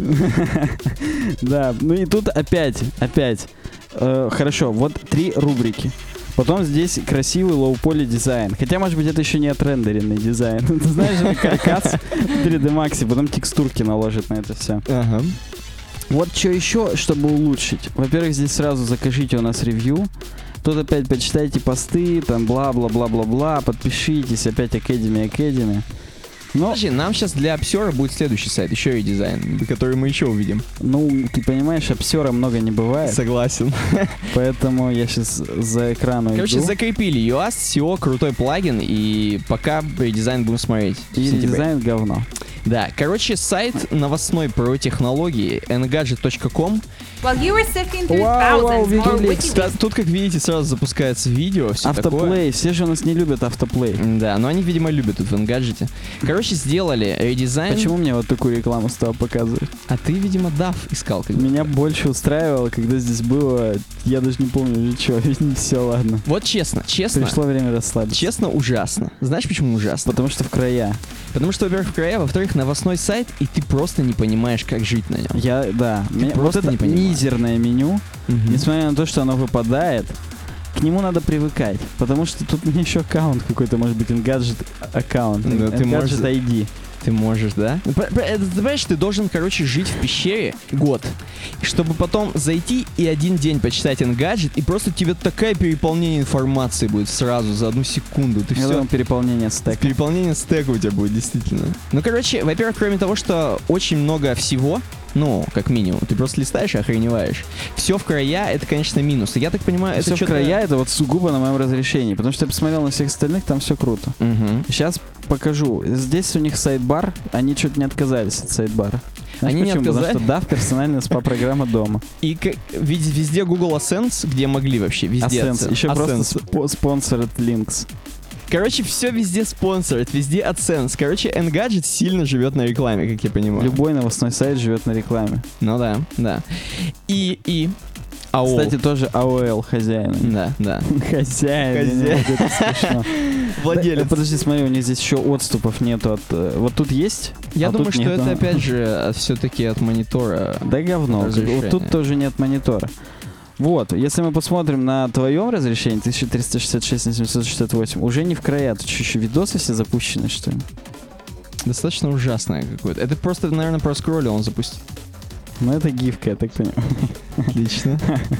Да, ну и тут опять, опять. Э, хорошо, вот три рубрики. Потом здесь красивый лоу-поли дизайн. Хотя, может быть, это еще не отрендеренный дизайн. Ты знаешь, это каркас в три дэ Max, потом текстурки наложит на это все. Ага. Вот что еще, чтобы улучшить. Во-первых, здесь сразу закажите у нас ревью. Тут опять почитайте посты, там бла-бла-бла-бла-бла, подпишитесь, опять Academy, Academy. Но, Подожди, нам сейчас для обсера будет следующий сайт, еще и дизайн, который мы еще увидим. ну, ты понимаешь, обсера много не бывает, Согласен. поэтому я сейчас за экран уйду. Короче, закрепили Yoast, сео, крутой плагин, и пока редизайн будем смотреть. в И сентябре. дизайн говно. Да, короче, сайт новостной про технологии эн гаджет точка ком. While you were sifting through Вау, вау, thousands more видели, wiki Та- Тут, как видите, сразу запускается видео, все такое. Автоплей, все же у нас не любят автоплей. Да, но они, видимо, любят тут в Engadget. Короче, сделали редизайн. Почему мне вот такую рекламу стал показывать? А ты, видимо, дав искал. Как Меня больше устраивало, когда здесь было, я даже не помню уже что, все, ладно. Вот честно, честно, Пришло время расслабиться. честно, ужасно. Знаешь, почему ужасно? Потому что в края. Потому что, во-первых, в края, во-вторых, новостной сайт, и ты просто не понимаешь, как жить на нем. Я, да, меня- вот просто это не понимаешь. мизерное меню, Мгм. несмотря на то, что оно выпадает, к нему надо привыкать, потому что тут у меня еще аккаунт какой-то, может быть, Engadget аккаунт, Да, ты можешь- Engadget ай ди. Ты можешь, да? П- п- это, Ты понимаешь, ты должен, короче, жить в пещере год, чтобы потом зайти и один день почитать Engadget, и просто тебе такое переполнение информации будет сразу за одну секунду. Ты Я все думал, переполнение стека. Переполнение стека у тебя будет, действительно. Ну, короче, во-первых, кроме того, что очень много всего, ну, как минимум, ты просто листаешь и охреневаешь. Все в края — это, конечно, минус. И я так понимаю, это Все в что-то- края, это вот сугубо на моем разрешении, потому что я посмотрел на всех остальных, там все круто. Мгм. Сейчас покажу. Здесь у них сайдбар, они чуть не отказались от сайдбара. Знаешь Они не почему? отказались? Потому что, да, персональная спа-программа дома. И к- везде, везде Google AdSense, где могли вообще, везде. Ascens. AdSense. Еще просто AdSense. спо- sponsored links. Короче, все везде спонсорит, везде AdSense. Короче, Engadget сильно живет на рекламе, как я понимаю. Любой новостной сайт живет на рекламе. Ну да, да. И, и... эй о эл. Кстати, тоже эй о эл хозяин. Да, да. Хозяин. я не Хозяин. могу, это смешно. Владелец. Да, подожди, смотри, у них здесь еще отступов нету от... э, Вот тут есть? Я а думаю, тут что нету. это опять же все-таки от монитора. Да говно. разрешение. Вот тут тоже нет монитора. Вот, если мы посмотрим на твоем разрешении, тысяча триста шестьдесят шесть на семьсот шестьдесят восемь, уже не в края, тут что, еще видосы все запущены, что ли? Достаточно ужасное какое-то. Это просто, наверное, проскроллил, он запустил. Ну, это гифка, я так понимаю. Отлично.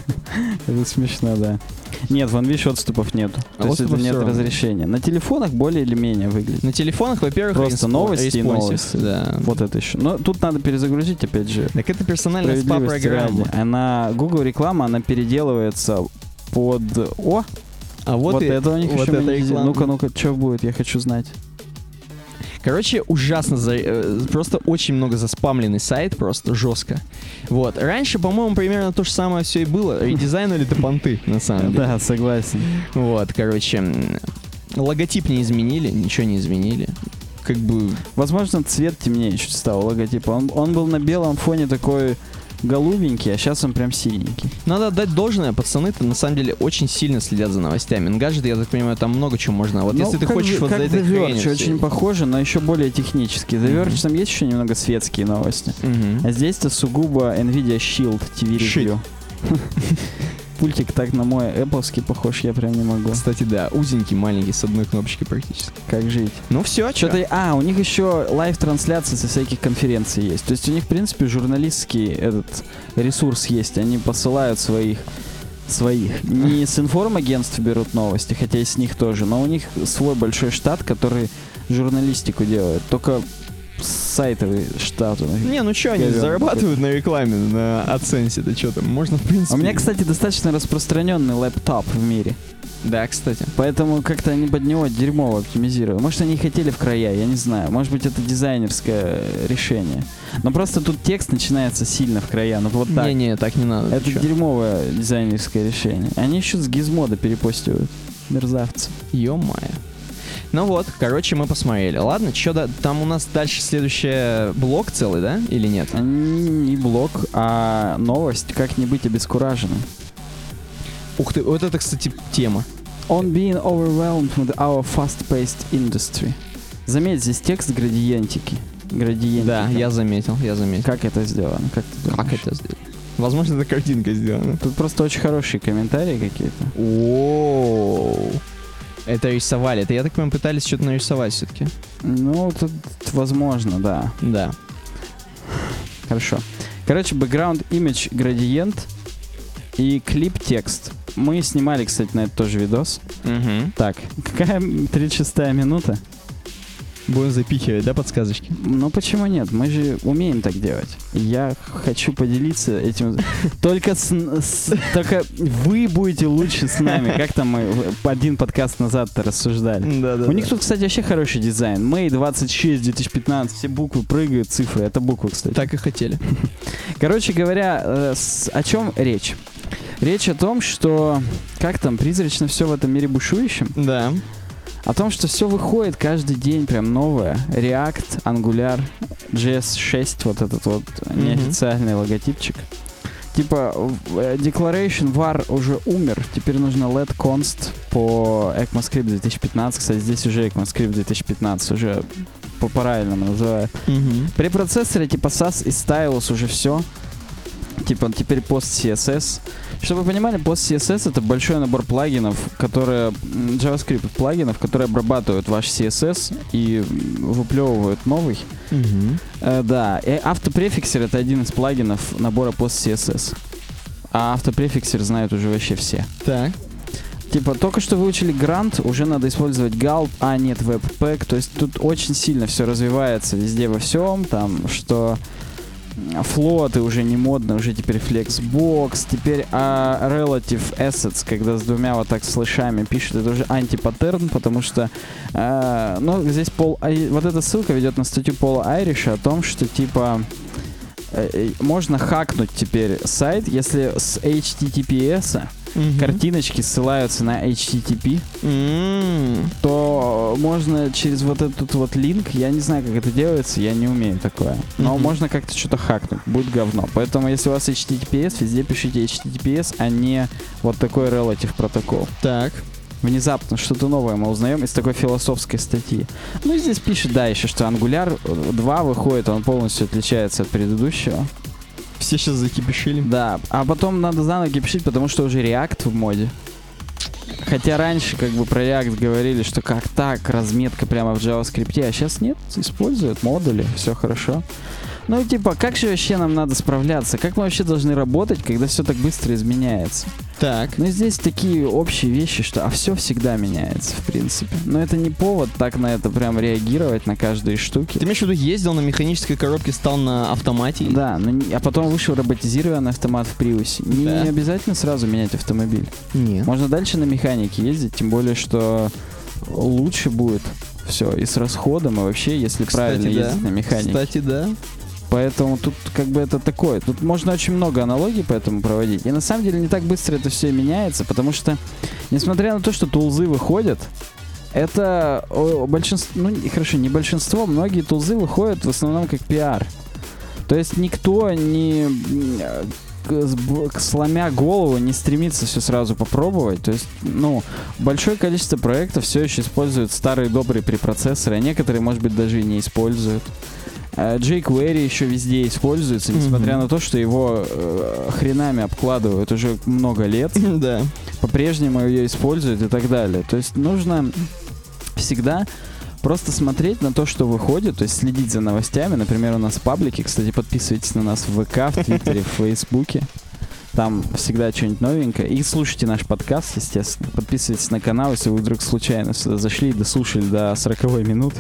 Это смешно, да. Нет, вон, видишь, отступов нету. А То есть это отступов нет всё равно. разрешения. На телефонах более или менее выглядит. На телефонах, во-первых, Просто респо- новости и респонсив, новости. Да. Вот это еще. Но тут надо перезагрузить, опять же. Так это персональная Справедливости спа-программа. ради. Она, Google реклама, она переделывается под... О! А вот, Вот и, это у них вот еще это монетизирует. реклама. Ну-ка, ну-ка, что будет, я хочу знать. Короче, ужасно, за- э, просто очень много заспамленный сайт, просто жестко. Вот. Раньше, по-моему, примерно то же самое все и было. Редизайнули-то понты, на самом деле. Да, согласен. Вот, короче, м, логотип не изменили, ничего не изменили. Как бы... Возможно, цвет темнее чуть стал логотипа. Он, он был на белом фоне такой голубенький, а сейчас он прям синенький. Надо отдать должное, пацаны-то на самом деле очень сильно следят за новостями. Engadget, я так понимаю, там много чего можно. Вот Ну, если ты как хочешь The- вот как за этой The хренью Verge, всей- очень похоже, но еще более технический. The Verge, Мгм. там есть еще немного светские новости. Мгм. А здесь-то сугубо Nvidia Shield ти ви Shit. ревью. Пультик так на мой Apple'ский похож, я прям не могу. Кстати, да, узенький, маленький, с одной кнопочкой практически. Как жить? Ну все, Что-то, а, у них еще лайв-трансляции со всяких конференций есть. То есть у них, в принципе, журналистский этот ресурс есть. Они посылают своих своих. Не с информагентств берут новости, хотя и с них тоже, но у них свой большой штат, который журналистику делает. Только сайтовый штат у них. Не, ну что, они Говёно. зарабатывают на рекламе, на AdSense, да что там, можно в принципе... У меня, кстати, достаточно распространенный лэптоп в мире. Да, кстати. Поэтому как-то они под него дерьмово оптимизировали. Может, они хотели в края, я не знаю. Может быть, это дизайнерское решение. Но просто тут текст начинается сильно в края. Ну вот так. Не-не, так не надо. Это ты чё? дерьмовое дизайнерское решение. Они еще с гизмода перепостивают. Мерзавцы. Ё-моё. Ну вот, короче, мы посмотрели. Ладно, что да, там у нас дальше следующий блок целый, да? Или нет? Не блог, а новость, как не быть обескураженным. Ух ты, вот это, кстати, тема. On being overwhelmed with our fast-paced industry. Заметь, здесь текст градиентики. Градиентика. Да, я заметил, я заметил. Как это сделано? Как ты Как думаешь? это сделать? Возможно, это картинка сделана. Тут просто очень хорошие комментарии какие-то. Оу. Это рисовали. Это, я так понимаю, пытались что-то нарисовать все-таки. Ну, тут возможно, да. Да. Хорошо. Короче, background image градиент и клип текст. Мы снимали, кстати, на это тоже видос. Угу. Так, какая тридцать шестая минута? Будем запихивать, да, подсказочки? Ну почему нет? Мы же умеем так делать. Я хочу поделиться этим. Только, с, с- только вы будете лучше с нами. Как там мы один подкаст назад-то рассуждали. Да, да. У них тут, кстати, вообще хороший дизайн. Мэй двадцать шесть две тысячи пятнадцать. Все буквы прыгают, цифры. Это буквы, кстати. так и хотели. Короче говоря, э, с- о чем речь? Речь о том, что как там призрачно все в этом мире бушующем. Да. О том, что все выходит каждый день прям новое. React, Angular, джей эс шесть, вот этот вот Мгм. неофициальный логотипчик. Типа, в- э, Declaration var уже умер, теперь нужно let const по ECMAScript две тысячи пятнадцать. Кстати, здесь уже ECMAScript две тысячи пятнадцать, уже по-правильному называют. Угу. Препроцессоры типа сас и Stylus уже все. Типа теперь post-си эс эс. Чтобы вы понимали, post-си эс эс это большой набор плагинов, которые м, JavaScript плагинов, которые обрабатывают ваш си эс эс и м, выплевывают новый. Угу. Э, да, и автопрефиксер это один из плагинов набора post-си эс эс. А автопрефиксер знают уже вообще все. Так. Типа, только что выучили грант, уже надо использовать галп, а нет webpack. То есть тут очень сильно все развивается везде во всем. Там, что флоты уже не модно, уже теперь Flexbox. Теперь а, Relative Assets, когда с двумя вот так слэшами пишут, это уже антипаттерн, потому что а, ну, здесь Пол, Ай- вот эта ссылка ведет на статью Пола Айриша о том, что типа э, э, можно хакнуть теперь сайт, если с эйч ти ти пи эс картиночки ссылаются на эйч ти ти пи, М. то можно через вот этот вот линк, я не знаю, как это делается, я не умею такое, но Мгм. можно как-то что-то хакнуть, будет говно. Поэтому если у вас эйч ти ти пи эс, везде пишите эйч ти ти пи эс, а не вот такой relative протокол. Так. Внезапно что-то новое мы узнаем из такой философской статьи. Ну и здесь пишет, да, еще, что Angular два выходит, он полностью отличается от предыдущего. Все сейчас закипишили. Да, а потом надо заново кипишить, потому что уже React в моде. Хотя раньше как бы про React говорили, что как так, разметка прямо в JavaScript, а сейчас нет, используют модули, все хорошо. Ну, типа, как же вообще нам надо справляться? Как мы вообще должны работать, когда все так быстро изменяется? Так. Ну, здесь такие общие вещи, что а все всегда меняется, в принципе. Но это не повод так на это прям реагировать, на каждые штуки. Ты имеешь в виду, ездил на механической коробке, стал на автомате? Да, но не- а потом вышел роботизированный автомат в Приусе. Не, Да. не обязательно сразу менять автомобиль. Нет. Можно дальше на механике ездить, тем более, что лучше будет все и с расходом, и вообще, если правильно Кстати, да. ездить на механике. Кстати, да. Поэтому тут как бы это такое. Тут можно очень много аналогий по этому проводить. И на самом деле не так быстро это все меняется, потому что, несмотря на то, что тулзы выходят, это о, большинство, ну не- хорошо, не большинство, многие тулзы выходят в основном как пиар. То есть никто не м, к- с- б- к- сломя голову не стремится все сразу попробовать. То есть, ну, большое количество проектов все еще используют старые добрые препроцессоры, а некоторые, может быть, даже и не используют. А jQuery еще везде используется, несмотря Мгм. на то, что его э, хренами обкладывают уже много лет. Да. По-прежнему ее используют и так далее. То есть нужно всегда просто смотреть на то, что выходит, то есть следить за новостями. Например, у нас паблики, кстати, подписывайтесь на нас в ВК, в Твиттере, в Фейсбуке. Там всегда что-нибудь новенькое. И слушайте наш подкаст, естественно. Подписывайтесь на канал, если вы вдруг случайно сюда зашли и дослушали до сороковой минуты.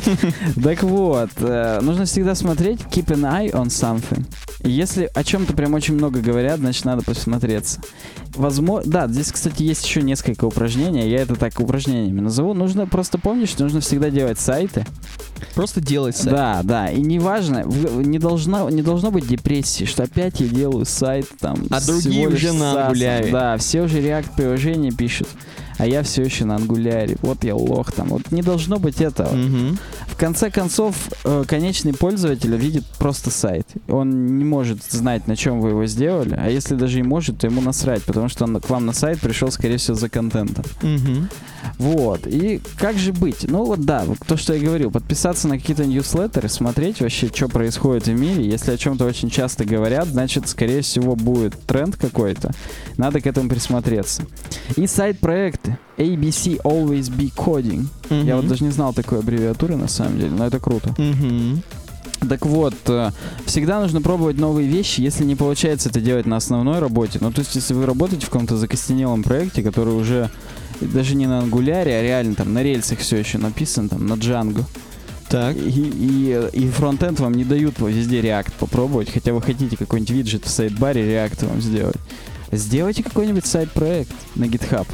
Так вот, э, нужно всегда смотреть, keep an eye on something. И если о чем-то прям очень много говорят, значит, надо посмотреться. Возможно, да, здесь, кстати, есть еще несколько упражнений. Я это так упражнениями назову. Нужно просто помнить, что нужно всегда делать сайты. Просто делать сайт. Да, да. И неважно, в- не должно, не должно быть депрессии, что опять я делаю сайт там. А с другие всего лишь уже на сасом. Angular. Да, все уже React приложения пишут. А я все еще на ангуляре. Вот я лох там. Вот не должно быть этого. Мгм. В конце концов, э, конечный пользователь видит просто сайт. Он не может знать, на чем вы его сделали. А если даже и может, то ему насрать, потому что он к вам на сайт пришел, скорее всего, за контентом. Мгм. Вот. И как же быть? Ну вот да, вот то, что я говорил, подписаться на какие-то ньюслеттеры, смотреть вообще, что происходит в мире. Если о чем-то очень часто говорят, значит, скорее всего, будет тренд какой-то. Надо к этому присмотреться. И сайт-проекты. эй би си Always Be Coding. Мгм. Я вот даже не знал такой аббревиатуры на самом деле, но это круто. Мгм. Так вот, э, всегда нужно пробовать новые вещи, если не получается это делать на основной работе. Ну, то есть, если вы работаете в каком-то закостенелом проекте, который уже даже не на ангуляре, а реально там на рельсах все еще написан, там, на Django. Так. И, и, и фронтенд вам не дают везде React попробовать, хотя вы хотите какой-нибудь виджет в сайт-баре React вам сделать. Сделайте какой-нибудь сайт-проект на GitHub.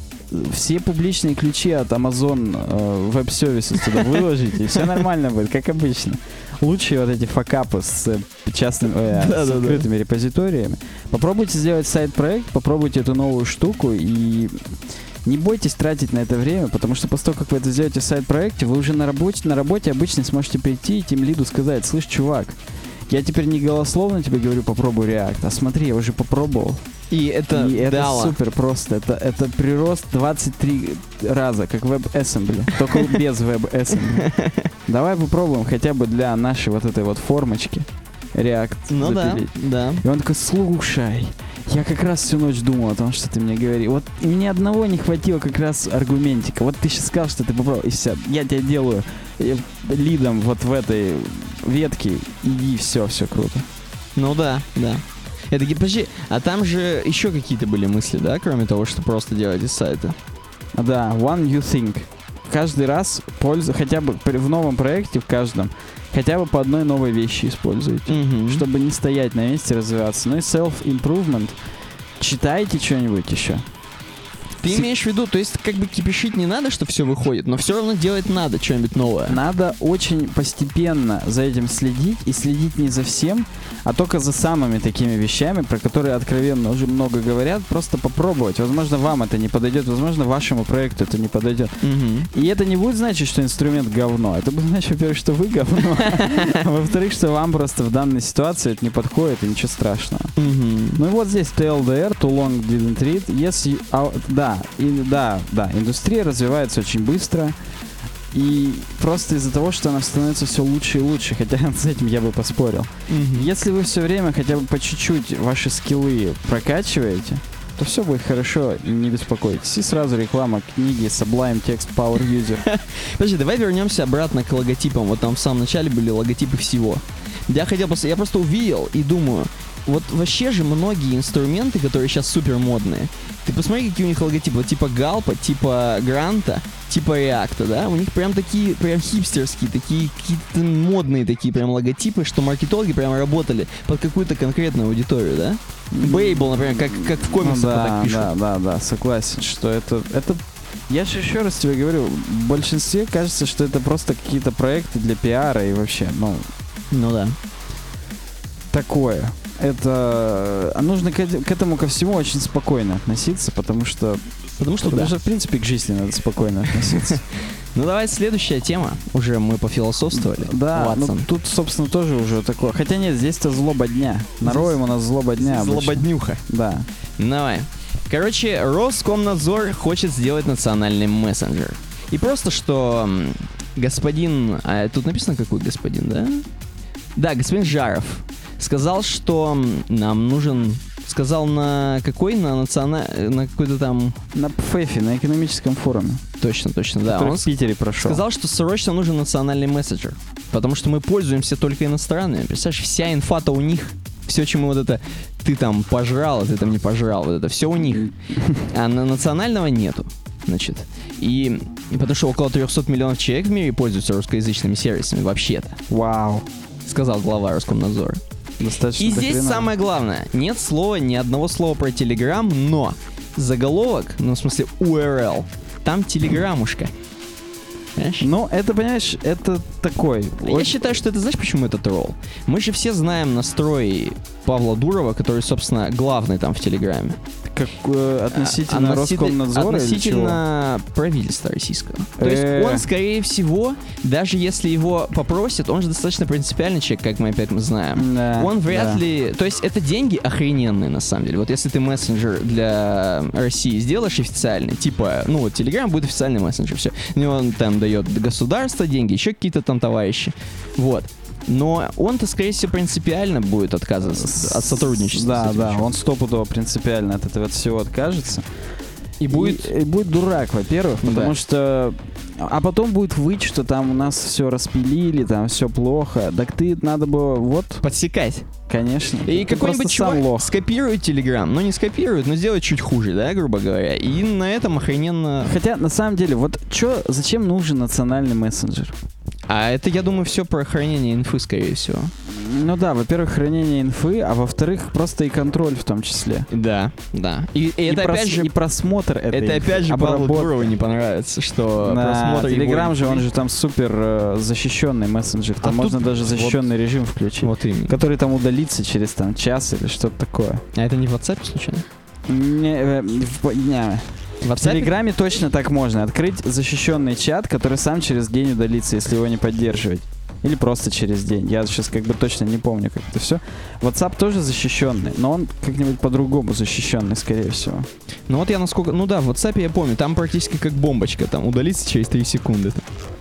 Все публичные ключи от Amazon э, Web Services туда выложите, и все нормально будет, как обычно. Лучшие вот эти факапы с э, частными, э, с Да-да-да. открытыми репозиториями. Попробуйте сделать сайт-проект, попробуйте эту новую штуку и не бойтесь тратить на это время, потому что после того, как вы это сделаете в сайт-проекте, вы уже на работе, на работе обычно сможете прийти и тимлиду сказать: слышь, чувак, я теперь не голословно тебе говорю, попробуй React, а смотри, я уже попробовал. И это И это дало. супер просто. Это, это прирост двадцать три раза, как WebAssembly, только без WebAssembly. Давай попробуем хотя бы для нашей вот этой вот формочки React Ну да, запилить. да. И он такой: слушай, я как раз всю ночь думал о том, что ты мне говорил. Вот и ни одного не хватило как раз аргументика. Вот ты сейчас сказал, что ты попробовал, и все. Я тебя делаю э, лидом вот в этой ветке, и все, все круто. Ну да, да. Я такие, подожди, а там же еще какие-то были мысли, да, кроме того, что просто делать из сайта? Да, one new thing. Каждый раз пользу, хотя бы при- в новом проекте, в каждом, хотя бы по одной новой вещи используйте, Мгм. чтобы не стоять на месте, развиваться. Ну и self-improvement. Читайте что-нибудь еще. Ты имеешь в виду, то есть как бы кипишить не надо, что все выходит, но все равно делать надо что-нибудь новое. Надо очень постепенно за этим следить, и следить не за всем, а только за самыми такими вещами, про которые откровенно уже много говорят, просто попробовать. Возможно, вам это не подойдет, возможно, вашему проекту это не подойдет. Мгм. И это не будет значить, что инструмент говно. Это будет значить, во-первых, что вы говно, а во-вторых, что вам просто в данной ситуации это не подходит, и ничего страшного. Мгм. Ну и вот здесь ти эл ди ар, too long didn't read. Yes, you- а, да, и, да, да, индустрия развивается очень быстро. И просто из-за того, что она становится все лучше и лучше, хотя с этим я бы поспорил. Мгм. Если вы все время хотя бы по чуть-чуть ваши скиллы прокачиваете, то все будет хорошо, и не беспокойтесь. И сразу реклама книги Sublime Text Power User. Подожди, давай вернемся обратно к логотипам. Вот там в самом начале были логотипы всего. Я хотел просто, я просто увидел и думаю, вот вообще же многие инструменты, которые сейчас супер модные, ты посмотри, какие у них логотипы, вот типа Галпа, типа Гранта, типа Реакта, да, у них прям такие, прям хипстерские, такие какие-то модные такие прям логотипы, что маркетологи прям работали под какую-то конкретную аудиторию, да? Бейбл, например, как, как в комиксах Ну, да, так пишут. да, да, да, согласен, что это, это, я же еще раз тебе говорю, в большинстве кажется, что это просто какие-то проекты для пиара и вообще, ну, Ну да. такое. Это, а нужно к, эт- к этому ко всему очень спокойно относиться, потому что, Потому что потому да. что в принципе к жизни надо спокойно относиться. Ну давай следующая тема. Уже мы пофилософствовали. Да, ну Ватсон. тут, собственно, тоже уже такое. Хотя нет, здесь-то злоба дня. Нароем у нас злоба дня. обычно. Злободнюха. Да. Давай. Короче, Роскомнадзор хочет сделать национальный мессенджер. И просто что м, господин... А тут написано, какой господин, да? Да, господин Жаров сказал, что м, нам нужен... Сказал на какой? На националь... На какой-то там... На ПФЭФе, на экономическом форуме, Точно, точно, да. который Он в Питере прошел. сказал, что срочно нужен национальный мессенджер. Потому что мы пользуемся только иностранными. Представляешь, вся инфа-то у них. Все, чему вот это ты там пожрал, а ты там не пожрал, вот это все у них. А на национального нету. Значит. И, и потому что около трехсот миллионов человек в мире пользуются русскоязычными сервисами вообще-то. Вау. Сказал глава Роскомнадзора. Достаточно И здесь дохрена. самое главное. Нет слова, ни одного слова про Telegram, но заголовок, ну в смысле ю ар эл, там телеграммушка. Понимаешь? Ну, это, понимаешь, это такой. Я очень- считаю, что это, знаешь, почему это тролл? Мы же все знаем настрой Павла Дурова, который, собственно, главный там в Телеграме. Как э, относительно А, относитель- Роскомнадзора или чего? Относительно правительства российского. То есть Э. он, скорее всего, даже если его попросят, он же достаточно принципиальный человек, как мы опять мы знаем. Да, Он вряд да. ли... То есть это деньги охрененные, на самом деле. Вот если ты мессенджер для России сделаешь официальный, типа, ну вот Telegram будет официальный мессенджер, все. Он там дает государство деньги, еще какие-то там товарищи. Вот. Но он-то, скорее всего, принципиально будет отказываться от сотрудничества. с Да, этим да, человеком. он стопудово принципиально от этого всего откажется. И будет... И, и будет дурак, во-первых, Да. потому что... А потом будет выть, что там у нас все распилили, там все плохо. Так ты надо было... Вот, подсекать. конечно. И Ты какой-нибудь просто сам чувак лох. скопирует Telegram. Ну, не скопирует, но сделает чуть хуже, да, грубо говоря. И на этом охрененно... Хотя, на самом деле, вот чё, зачем нужен национальный мессенджер? А это, я думаю, все про хранение инфы, скорее всего. Ну да, во-первых, хранение инфы, а во-вторых, просто и контроль в том числе. Да, да. И, и И это прос- опять же... и просмотр этой Это инфы, опять же Павлу обработка. Дурову не понравится, что Да, просмотр его Telegram же, инфы- он же там супер э, защищенный мессенджер. Там А можно тут даже вот- защищенный режим включить. Вот именно. Который там удалится через там час или что-то такое. А это не в WhatsApp, случайно? Не, э, в, не. В В WhatsApp? Телеграме точно так можно. Открыть защищенный чат, который сам через день удалится, если его не поддерживать. Или просто через день. Я сейчас как бы точно не помню, как это все. WhatsApp тоже защищенный, но он как-нибудь по-другому защищенный, скорее всего. Ну вот я насколько... Ну да, в WhatsApp я помню, там практически как бомбочка, там удалится через три секунды.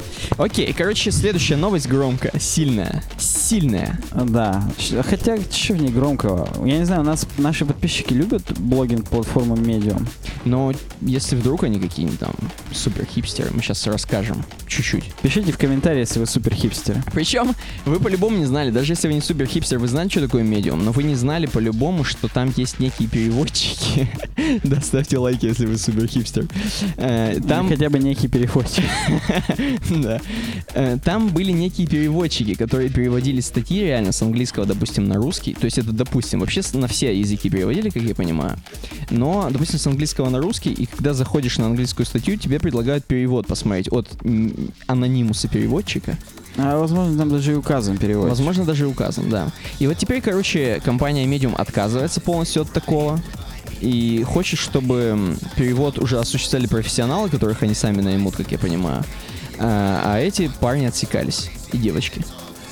Окей, короче, следующая новость громкая, сильная, сильная. Да. Щ- Хотя, что в ней громкого? Я не знаю, у нас наши подписчики любят блогинг-платформу Medium. Но если вдруг они какие-нибудь там супер хипстеры, мы сейчас расскажем чуть-чуть. Пишите в комментарии, если вы супер хипстеры. Причем вы по-любому не знали, даже если вы не супер хипстер, вы знаете, что такое Medium, но вы не знали по-любому, что там есть некие переводчики. Да, ставьте лайки, если вы супер хипстер. Э, Там Там... хотя бы некий переводчик. Да. Э, Там были некие переводчики, которые переводили статьи реально с английского, допустим, на русский. То есть это, допустим, вообще с- на все языки переводили, как я понимаю. Но, допустим, с английского на русский, и когда заходишь на английскую статью, тебе предлагают перевод посмотреть от м, анонимуса переводчика. А возможно, там даже и указан переводчик. Возможно, даже указан, да. И вот теперь, короче, компания Medium отказывается полностью от такого. И хочет, чтобы м, перевод уже осуществляли профессионалы, которых они сами наймут, как я понимаю. А, а эти парни отсекались. И девочки.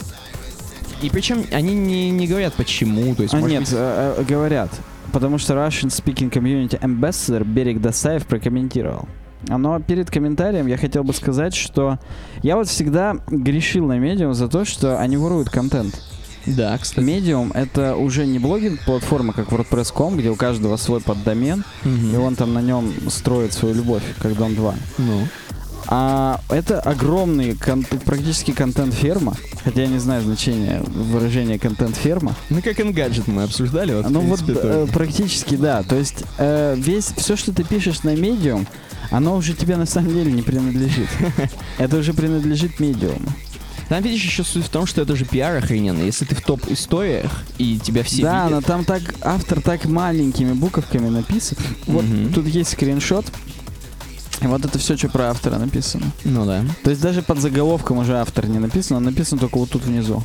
И причем они не, не говорят почему. То есть, А может нет, быть, э, э, говорят. Потому что Russian Speaking Community Ambassador Берег Досаев прокомментировал. Но перед комментарием я хотел бы сказать, что я вот всегда грешил на Medium за то, что они воруют контент. да, кстати. Medium — это уже не блогинг-платформа, как WordPress точка ком, где у каждого свой поддомен, Мгм. и он там на нем строит свою любовь, как Дом два. Ну. А это огромный кон- практически контент-ферма. Хотя я не знаю значения выражения контент-ферма. Ну, как Engadget мы обсуждали. Вот, Ну в вот принципе, э, тоже. практически да. То есть э, весь все, что ты пишешь на Medium, оно уже тебе на самом деле не принадлежит. Это уже принадлежит Medium. Там, видишь, еще суть в том, что это же пиар охрененный. Если ты в топ-историях, и тебя все Да, но видят... там так автор так маленькими буковками написан. Вот Мгм. тут есть скриншот. И вот это все, что про автора написано. Ну да. То есть даже под заголовком уже автор не написан, он написан только вот тут внизу.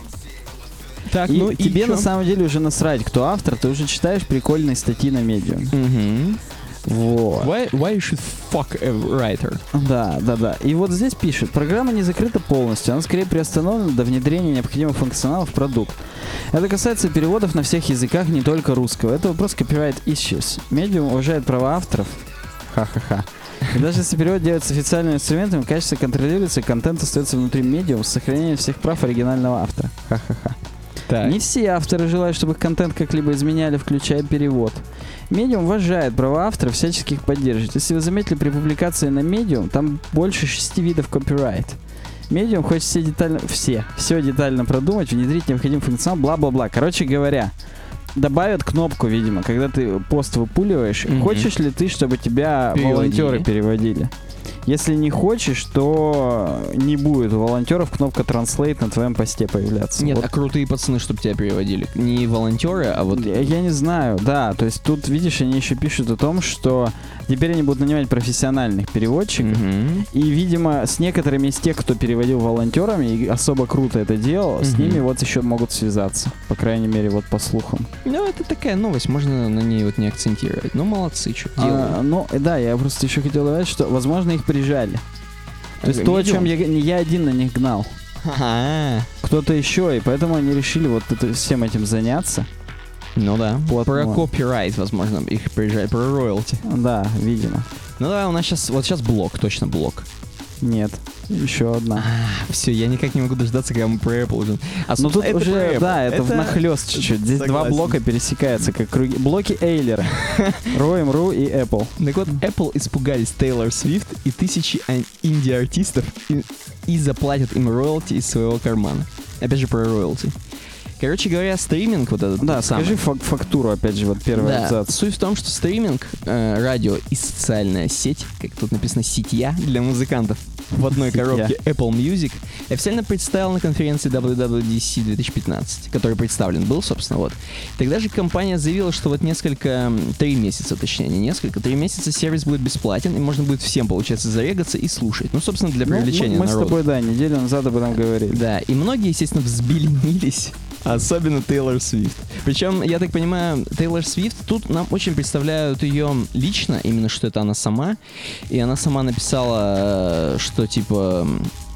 Так, И ну и тебе чё? на самом деле уже насрать, кто автор, ты уже читаешь прикольные статьи на Medium. Мгм. Вот. Why, why you should fuck a writer? Да, да, да. И вот здесь пишет, программа не закрыта полностью, она скорее приостановлена до внедрения необходимых функционалов в продукт. Это касается переводов на всех языках, не только русского. Это вопрос copyright issues. Medium уважает права авторов. Ха-ха-ха. И даже если перевод делается официальным инструментом, качество контролируется, и контент остается внутри Medium с сохранением всех прав оригинального автора. Ха-ха-ха. Так. Не все авторы желают, чтобы их контент как-либо изменяли, включая перевод. Medium уважает права авторов, всячески их поддерживает. Если вы заметили, при публикации на Medium там больше шести видов копирайт. Medium хочет все детально, все, все детально продумать, внедрить необходимый функционал, бла-бла-бла. Короче говоря, добавят кнопку, видимо, когда ты пост выпуливаешь. Мгм. Хочешь ли ты, чтобы тебя Переводили. волонтеры переводили? Если не хочешь, то не будет у волонтеров кнопка Translate на твоем посте появляться. Нет, Вот. а крутые пацаны, чтобы тебя переводили. Не волонтеры, а вот... Я, я не знаю, да. То есть тут, видишь, они еще пишут о том, что теперь они будут нанимать профессиональных переводчиков. Мгм. И, видимо, с некоторыми из тех, кто переводил волонтерами и особо круто это делал, с Мгм. ними вот еще могут связаться. По крайней мере, вот по слухам. Ну, это такая новость, можно на ней вот не акцентировать. Ну, молодцы, что А, делают. ну, да, я просто еще хотел добавить, что, возможно, их прижали. То есть Ага, то, о Medium? чем я, не я один на них гнал. Ага. Кто-то еще, и поэтому они решили вот это, всем этим заняться. Ну да. Вот, Про вот. копирайт, возможно, их приезжает, про роялти. Да, видимо. Ну да, у нас сейчас, вот сейчас блок, точно блок. Нет, еще одна. Все, я никак не могу дождаться, когда мы про Apple уже. А, Ну тут собственно, это уже, про Apple. да, это, внахлёст чуть-чуть. Здесь два Согласен. блока пересекаются, как круги. Блоки Эйлера. Роем Ру и Apple. Так вот, Apple испугались Тейлор Свифт и тысячи ан- инди-артистов и, и заплатят им роялти из своего кармана. Опять же про роялти. Короче говоря, стриминг вот этот Да, самый. скажи фак- фактуру, опять же, вот первый Да, абзац. суть в том, что стриминг, э, радио и социальная сеть, как тут написано, сетья для музыкантов в одной Сетья. коробке Apple Music, официально представил на конференции дабл ю дабл ю ди си две тысячи пятнадцать, который представлен был, собственно, вот. Тогда же компания заявила, что вот несколько, м, три месяца, точнее, не несколько, три месяца сервис будет бесплатен, и можно будет всем, получается, зарегаться и слушать. Ну, собственно, для Ну, привлечения мы, мы с народа. тобой, да, неделю назад об этом говорили. Да, и многие, естественно, взбеленились, особенно Тейлор Свифт. Причем, я так понимаю, Тейлор Свифт, тут нам очень представляют ее лично, именно что это она сама, и она сама написала, э, что типа...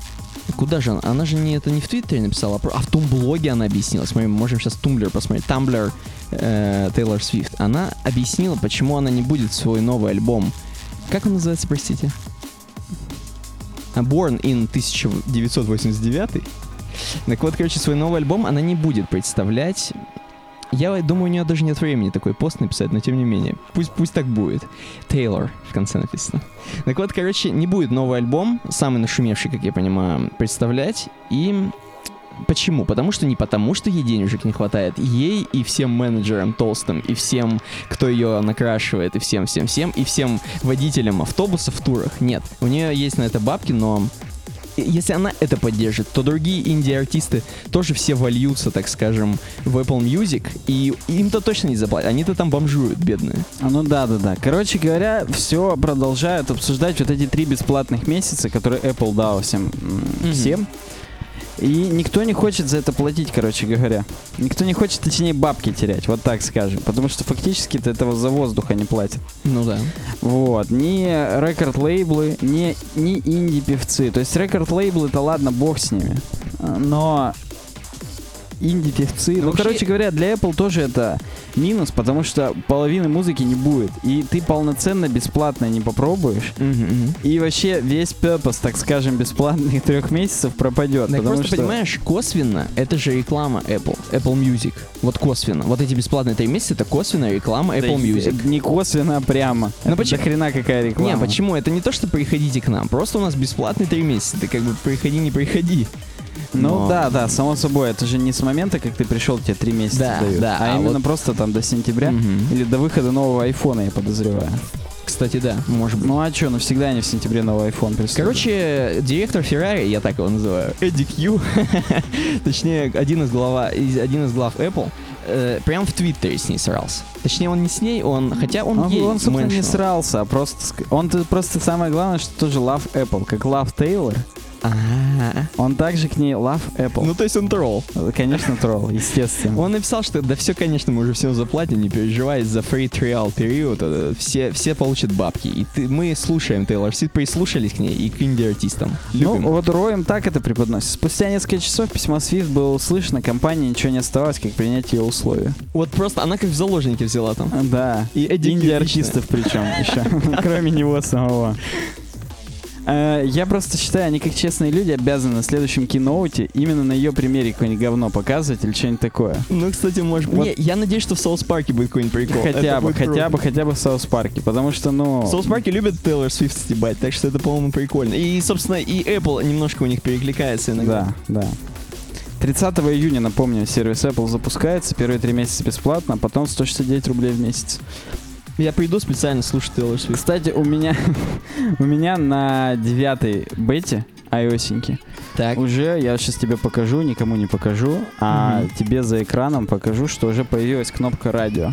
Куда же она? Она же не это не в Твиттере написала, а, про- а в том блоге она объяснила. Смотри, мы можем сейчас Тумблер посмотреть. Тамблер Тейлор Свифт. Она объяснила, почему она не будет свой новый альбом. Как он называется, простите? Born in тысяча девятьсот восемьдесят девятый. Так вот, короче, свой новый альбом она не будет представлять. Я думаю, у нее даже нет времени такой пост написать, но тем не менее. Пусть, пусть так будет. Тейлор в конце написано. Так вот, короче, не будет новый альбом, самый нашумевший, как я понимаю, представлять. И почему? Потому что не потому, что ей денежек не хватает. Ей и всем менеджерам толстым, и всем, кто ее накрашивает, и всем-всем-всем, и всем водителям автобусов в турах. Нет. У нее есть на это бабки, но... Если она это поддержит, то другие инди-артисты тоже все вольются, так скажем, в Apple Music, и им-то точно не заплатят. Они-то там бомжуют, бедные. А, ну да, да, да. Короче говоря, все продолжают обсуждать вот эти три бесплатных месяца, которые Apple дал всем. м, Мгм. всем. И никто не хочет за это платить, короче говоря. Никто не хочет, точнее, бабки терять, вот так скажем. Потому что фактически-то этого за воздух они платят. Ну да. Вот. Ни рекорд-лейблы, ни, ни инди-певцы. То есть рекорд-лейблы-то ладно, бог с ними. Но инди-певцы. Ну, вообще- короче говоря, для Apple тоже это минус, потому что половины музыки не будет. И ты полноценно бесплатно не попробуешь. Мгм, мгм. И вообще весь purpose, так скажем, бесплатных трех месяцев пропадет. Так потому просто что... понимаешь, косвенно это же реклама Apple, Apple Music. Вот косвенно. Вот эти бесплатные три месяца это косвенная реклама Да Apple и- Music. Не косвенно, а прямо. Ну, Это почему- до хрена какая реклама. Не, почему? Это не то, что приходите к нам. Просто у нас бесплатные три месяца. Ты как бы приходи, не приходи. Ну Но- да, да, само собой. Это же не с момента, как ты пришел, тебе три месяца Да, дают. да, а, а именно вот- просто там до сентября. Мгм. Или до выхода нового айфона, я подозреваю. Кстати, да, может быть. Ну а что, ну всегда они в сентябре новый iPhone прислали. Короче, директор Ferrari, я так его называю, Эдди Кью, точнее, один из, глава, из- один из глав Apple, э, прям в Твиттере с ней срался. Точнее, он не с ней, он, хотя он, Он, ей он собственно, не меншнул. срался, а просто... ск- Он тут просто самое главное, что тоже love Apple, как love Taylor. А-а-а. Он также к ней love Apple. Ну, то есть он тролл. Конечно, тролл, естественно. Он написал, что да все, конечно, мы уже всем заплатим, не переживай, за free trial период э, все, все получат бабки. И ты, мы слушаем Тейлор Свифт, прислушались к ней и к инди-артистам. Любим. Ну, вот Роем так это преподносит. Спустя несколько часов письмо Свифт было услышано, компании ничего не оставалось, как принять ее условия. Вот просто она как в заложники взяла там. Да. И Эдди Кью Инди-артистов причем еще. Кроме него самого. Э, Я просто считаю, они как честные люди обязаны на следующем киноуте именно на ее примере какое-нибудь говно показывать или что-нибудь такое. Ну, кстати, может быть. Вот. Не, я надеюсь, что в Соус Парке будет какой-нибудь прикол. Хотя Это бы, будет хотя круто. бы, хотя бы в Саус Парке, потому что, ну... В Соус Парке любят Тейлор Свифт стебать, так что это, по-моему, прикольно. И, собственно, и Apple немножко у них перекликается иногда. Да, да. тридцатого июня, напомню, сервис Apple запускается, первые три месяца бесплатно, а потом сто шестьдесят девять рублей в месяц. Я приду специально слушать Тейлор Свифт. Кстати, у меня, у меня на девятой бете iOS-ньки Так. уже, я сейчас тебе покажу, никому не покажу, а Мгм. тебе за экраном покажу, что уже появилась кнопка радио.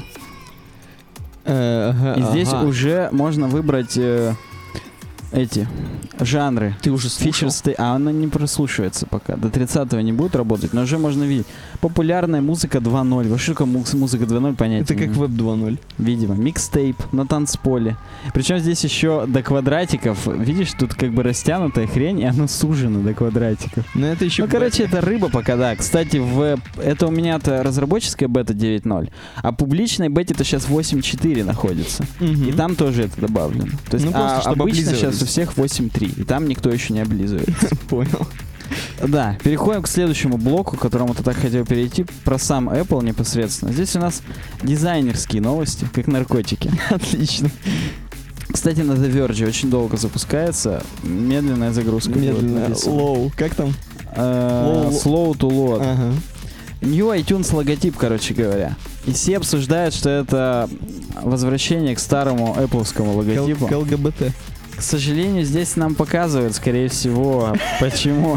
Э, ага, И здесь ага. уже можно выбрать э, эти жанры. Ты уже слушал? Features sta- а она не прослушивается пока. До тридцатого не будет работать, но уже можно видеть. Популярная музыка два ноль. Вообще, что такое муз- музыка два ноль, понятия Это не как имею. веб два ноль. Видимо. Микстейп на танцполе. Причем здесь еще до квадратиков. Видишь, тут как бы растянутая хрень, и оно сужено до квадратиков. Но это еще... Ну, короче, это рыба пока, да. Кстати, в... это у меня-то разработческая бета девять ноль, а публичной бете-то сейчас восемь четыре находится. Мгм. И там тоже это добавлено. То есть Ну, просто а чтобы обычно сейчас облизывались. у всех восемь три, и там никто еще не облизывается. Понял. Да, переходим к следующему блоку, к которому ты так хотел перейти, про сам Apple непосредственно. Здесь у нас дизайнерские новости, как наркотики. Отлично. Кстати, на The Verge очень долго запускается, медленная загрузка. будет Медленно. написано. Low. Как там? Э, Low- Slow to load. Ага. New iTunes логотип, короче говоря. И все обсуждают, что это возвращение к старому Apple'скому логотипу. К ЛГБТ. К сожалению, здесь нам показывают, скорее всего, почему.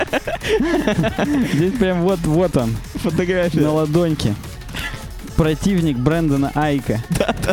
Здесь прям вот, вот он, Фотография. на ладоньке. Противник Брэндона Айка.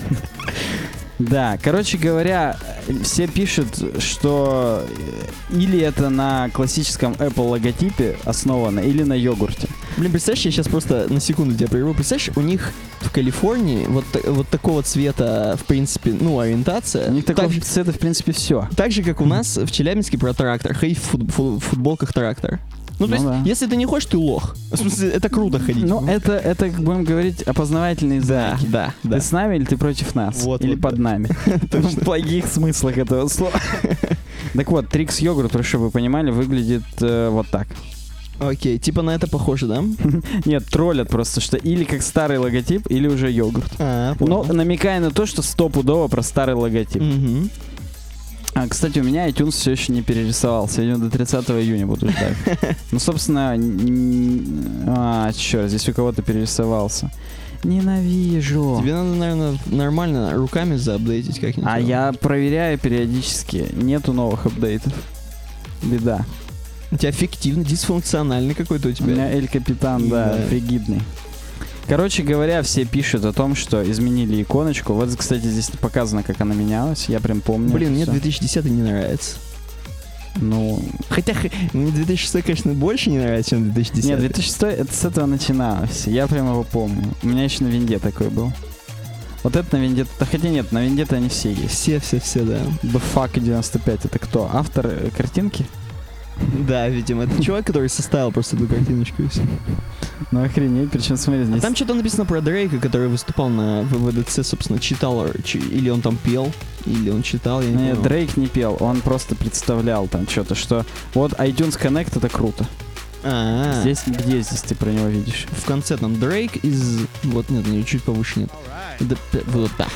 Да, короче говоря, все пишут, что или это на классическом Apple логотипе основано, или на йогурте. Блин, представляешь, я сейчас просто на секунду тебя прерву. Представляешь, у них в Калифорнии вот, та- вот такого цвета, в принципе, ну, ориентация. У них такого так, же- цвета, в принципе, все. так же, как у нас в Челябинске про трактор. Ходить в фут- фу- футболках трактор. Ну, то Ну есть, да. если ты не хочешь, ты лох. В смысле, это круто ходить. Ну, это, это, будем говорить, опознавательные да, знаки. да, да. Ты с нами или ты против нас? Вот, или вот, под да. нами? В плохих смыслах этого слова. Так вот, Трикс йогурт, чтобы вы понимали, выглядит э, вот так. Окей, типа на это похоже, да? Нет, троллят просто, что или как старый логотип, или уже йогурт. А, Но понял. намекая на то, что стопудово про старый логотип. Мгм. А, кстати, у меня iTunes все еще не перерисовался. Видимо, до тридцатого июня буду ждать. Ну, собственно, н- а, черт, здесь у кого-то перерисовался. Ненавижу. Тебе надо, наверное, нормально руками заапдейтить как-нибудь. А я проверяю периодически. Нету новых апдейтов. Беда. У тебя фиктивный, дисфункциональный какой-то у У тебя. меня Эль Капитан, да, Да. фригидный. Короче говоря, все пишут о том, что изменили иконочку. Вот, кстати, здесь показано, как она менялась. Я прям помню. Блин, это мне всё. две тысячи десятый не нравится. Ну, Хотя х- мне две тысячи шестой, конечно, больше не нравится, чем две тысячи десятый. нет, две тысячи шестой, это с этого начиналось. Я прям его помню. У меня еще на Винде такой был. Вот это на Винде... Да хотя нет, на Винде они все есть. Все, все, все, да. The Fuck девяносто пять, это кто? Автор э, картинки? Да, видимо, это чувак, который составил просто эту картиночку и все. Ну охренеть, причем смотри, А здесь... там что-то написано про Дрейка, который выступал на вэ вэ дэ цэ, собственно, читал, чи- или он там пел, или он читал, я не Нет, понял. Дрейк не пел, он просто представлял там что-то, что вот iTunes Connect это круто. А, Здесь, где здесь ты про него видишь? в конце там Дрейк из... Вот, нет, не, чуть повыше нет. Да, п- вот, да.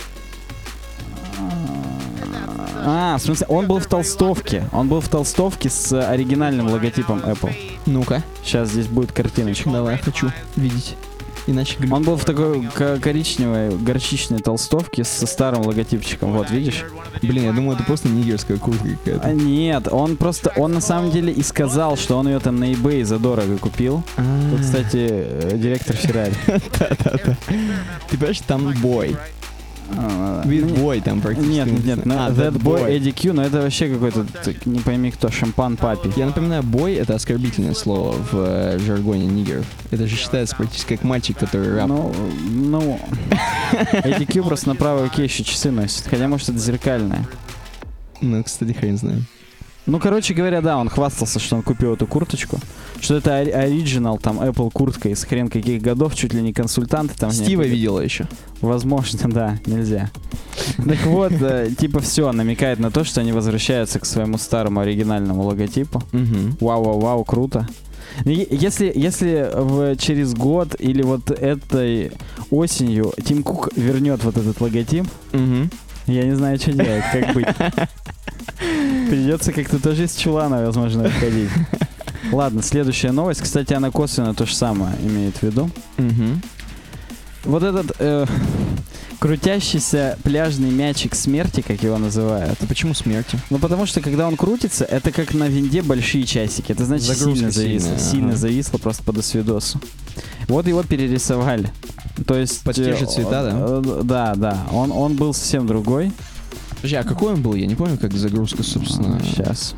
А, в смысле, он был в толстовке. Он был в толстовке с оригинальным логотипом Apple. Ну-ка, Сейчас здесь будет картиночка. давай, хочу видеть. Иначе... гл- Он был в такой ко- коричневой горчичной толстовке со старым логотипчиком. Вот, видишь? Блин, я думаю, это просто нигерская куртка А, какая-то. нет, он просто, он на самом деле и сказал, что он ее там на eBay задорого купил. Тут, кстати, э, директор Феррари. Да-да-да. Ты понимаешь, там бой. А, With ну, boy там практически. Нет, нет, нет, А, That Boy Эдди Кью, но это вообще какой-то, т- не пойми кто, шампан папи. Я напоминаю, бой — это оскорбительное слово в э, жаргоне нигеров. Это же считается практически как мальчик, который раб. Ну, ну, Эдди Кью просто на правой руке еще часы носит, хотя, может, это зеркальное. Ну, кстати, хрен знаю. Ну, короче говоря, да, он хвастался, что он купил эту курточку, что это ори- оригинал, там, Apple куртка из хрен каких годов, чуть ли не консультанты там. Стива нет. видела еще. Возможно, да, нельзя. Так вот, э, типа все намекает на то, что они возвращаются к своему старому оригинальному логотипу. Угу. Вау-вау-вау, круто. И Если, если в, через год или вот этой осенью Тим Кук вернет вот этот логотип, Угу. я не знаю, что делать, как быть. Придется как-то тоже из чулана, возможно, выходить. Ладно, следующая новость. Кстати, она косвенно то же самое имеет в виду. Угу. Вот этот э, крутящийся пляжный мячик смерти, как его называют. А почему смерти? Ну, потому что, когда он крутится, это как на винде большие часики. Это значит, Загрузка сильно зависло. сильная, Сильно ага. зависло просто по досвидосу. Вот его перерисовали. То есть... Под те же э, цвета, да? э, Да, да. Он, он был совсем другой. Подожди, а какой он был? Я не помню, как загрузка, собственно. Сейчас.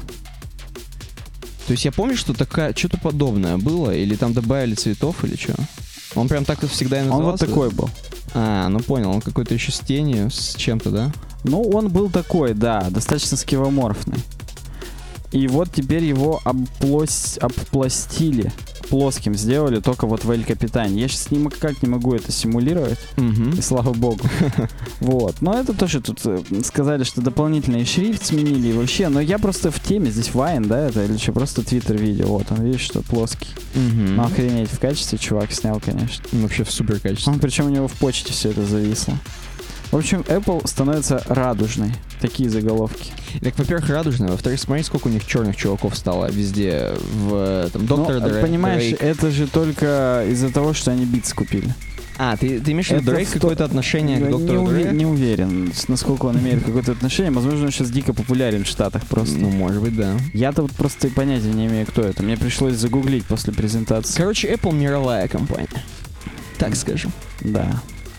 То есть я помню, что такая, что-то подобное было, или там добавили цветов, или что? Он прям так всегда и Он назывался? вот такой был. А, ну понял, он какой-то еще с тенью, с чем-то, да? Ну, он был такой, да, достаточно скивоморфный. И вот теперь его обплось... обпластили. Плоским сделали, только вот в Эль Капитане. Я сейчас никак не могу это симулировать. Угу. И слава богу. Вот. Но это тоже тут э, сказали, что дополнительный шрифт сменили и вообще. Но я просто в теме. Здесь Вайн, да, это или что? Просто Твиттер видео. Вот он, видишь, что плоский. Ну, охренеть, в качестве чувак снял, конечно. Вообще в супер качестве. Он, причем у него в почте все это зависло. В общем, Apple становится радужной. Такие заголовки. Так, во-первых, радужная, во-вторых, смотри, сколько у них черных чуваков стало везде в там, Доктор Ну, Дрейк. понимаешь, это же только из-за того, что они битс купили. А, ты, ты имеешь в виду, это Дрейк в то- какое-то отношение не, к Доктору уве- Дрейку? не уверен, с- насколько он имеет какое-то отношение. Возможно, он сейчас дико популярен в Штатах просто. Ну, может быть, да. Я-то вот просто понятия не имею, кто это. Мне пришлось загуглить после презентации. Короче, Apple мировая компания. Так скажем. Да.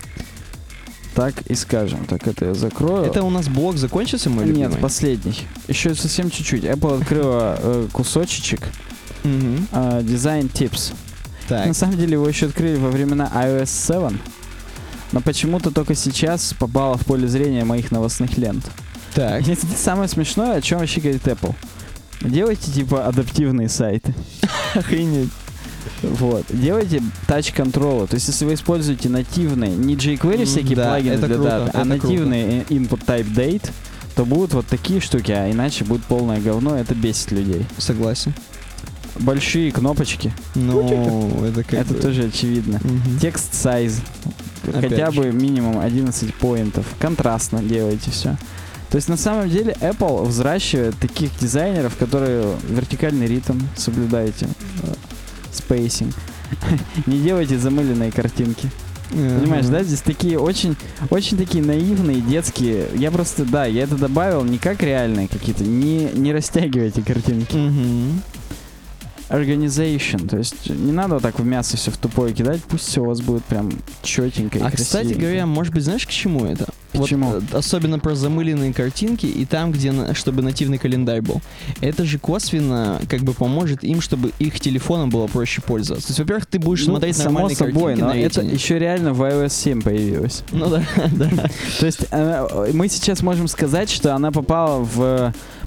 Так и скажем. Так, это я закрою. Это у нас блок закончился, мой любимый? Нет, последний. Еще совсем чуть-чуть. Apple открыла э, кусочек Мгм. э, Design Tips. Так. На самом деле его еще открыли во времена ай о эс семь, но почему-то только сейчас попало в поле зрения моих новостных лент. Так. И это самое смешное, о чем вообще говорит Apple. Делайте типа адаптивные сайты. Охренеть. Вот. Делайте тач-контролы. То есть, если вы используете нативные, не jQuery М, всякие да, плагины это для круто, даты, а это нативные и- input type date, то будут вот такие штуки, а иначе будет полное говно, это бесит людей. Согласен. Большие кнопочки, Ну, это как это бы- тоже очевидно. Мгм. Текст size, Опять хотя же. бы минимум одиннадцать поинтов. Контрастно делайте все. То есть на самом деле Apple взращивает таких дизайнеров, которые вертикальный ритм соблюдаете, спейсинг. Не делайте замыленные картинки. Понимаешь, Ага. да? Здесь такие очень, очень такие наивные, детские. Я просто, да, я это добавил не как реальные какие-то. Не, не растягивайте картинки. Мгм. Organization. То есть не надо вот так в мясо все в тупое кидать. Пусть все у вас будет прям четенько и А, кстати красивенько. говоря, может быть, знаешь, к чему это? К чему? э, особенно про замыленные картинки и там, где, на- чтобы нативный календарь был. Это же косвенно как бы поможет им, чтобы их телефоном было проще пользоваться. То есть, во-первых, ты будешь Ну, смотреть само нормальные собой, картинки но на это ретине. еще реально в ай о эс семь появилось. Ну да, да. То есть э, мы сейчас можем сказать, что она попала в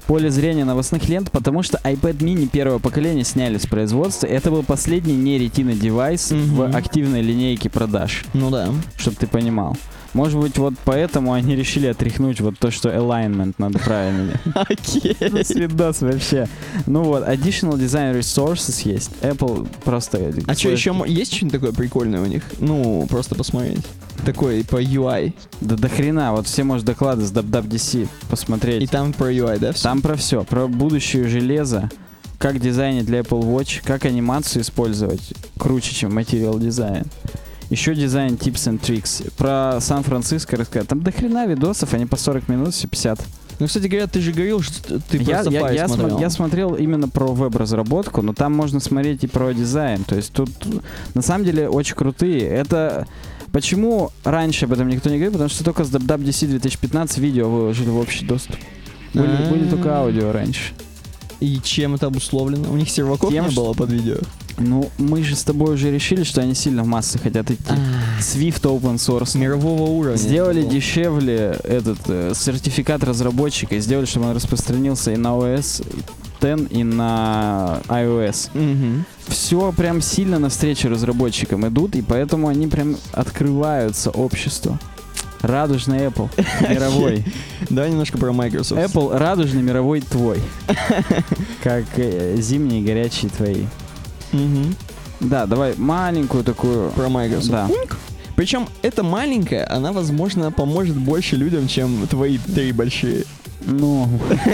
поле зрения новостных лент, потому что iPad mini первого поколения сняли с производства. Это был последний не Retina девайс Мгм. в активной линейке продаж, Ну да. чтобы ты понимал. Может быть, вот поэтому они решили отряхнуть вот то, что alignment надо правильно. Окей. Свидос вообще. Ну вот, additional design resources есть. Apple просто... А что, еще мо- есть что-нибудь такое прикольное у них? Ну, просто посмотреть. Такой по ю ай. Да до хрена, вот все, может, доклады с даб даб ди си посмотреть. И там про ю ай, да, все? Там про все, про будущее железо, как дизайнить для Apple Watch, как анимацию использовать круче, чем Material Design. Еще дизайн Tips and Tricks. Про Сан-Франциско рассказать. Там до хрена видосов, они по сорок минут, все пятьдесят. Ну, кстати говоря, ты же говорил, что ты Я, просто я, Safari я, смотрел. смо- я смотрел именно про веб-разработку, но там можно смотреть и про дизайн. То есть тут на самом деле очень крутые. Это... Почему раньше об этом никто не говорил? Потому что только с даб даб ди си две тысячи пятнадцать видео выложили в общий доступ. Были, А-а-а. были только аудио раньше. И чем это обусловлено? У них серваков Тем, не что- было под видео. Ну, мы же с тобой уже решили, что они сильно в массы хотят идти. Swift open source. Мирового уровня. Сделали это было. дешевле этот э, сертификат разработчика, и сделали, чтобы он распространился и на о эс десять, и на iOS. Мгм. Все прям сильно навстречу разработчикам идут, и поэтому они прям открываются обществу. Радужный Apple, мировой. Давай немножко про Microsoft. Apple радужный мировой твой. Как э, зимние горячие твои. Мгм. Да, давай маленькую такую... Про Microsoft. Да. Причем эта маленькая, она, возможно, поможет больше людям, чем твои три большие. Ну,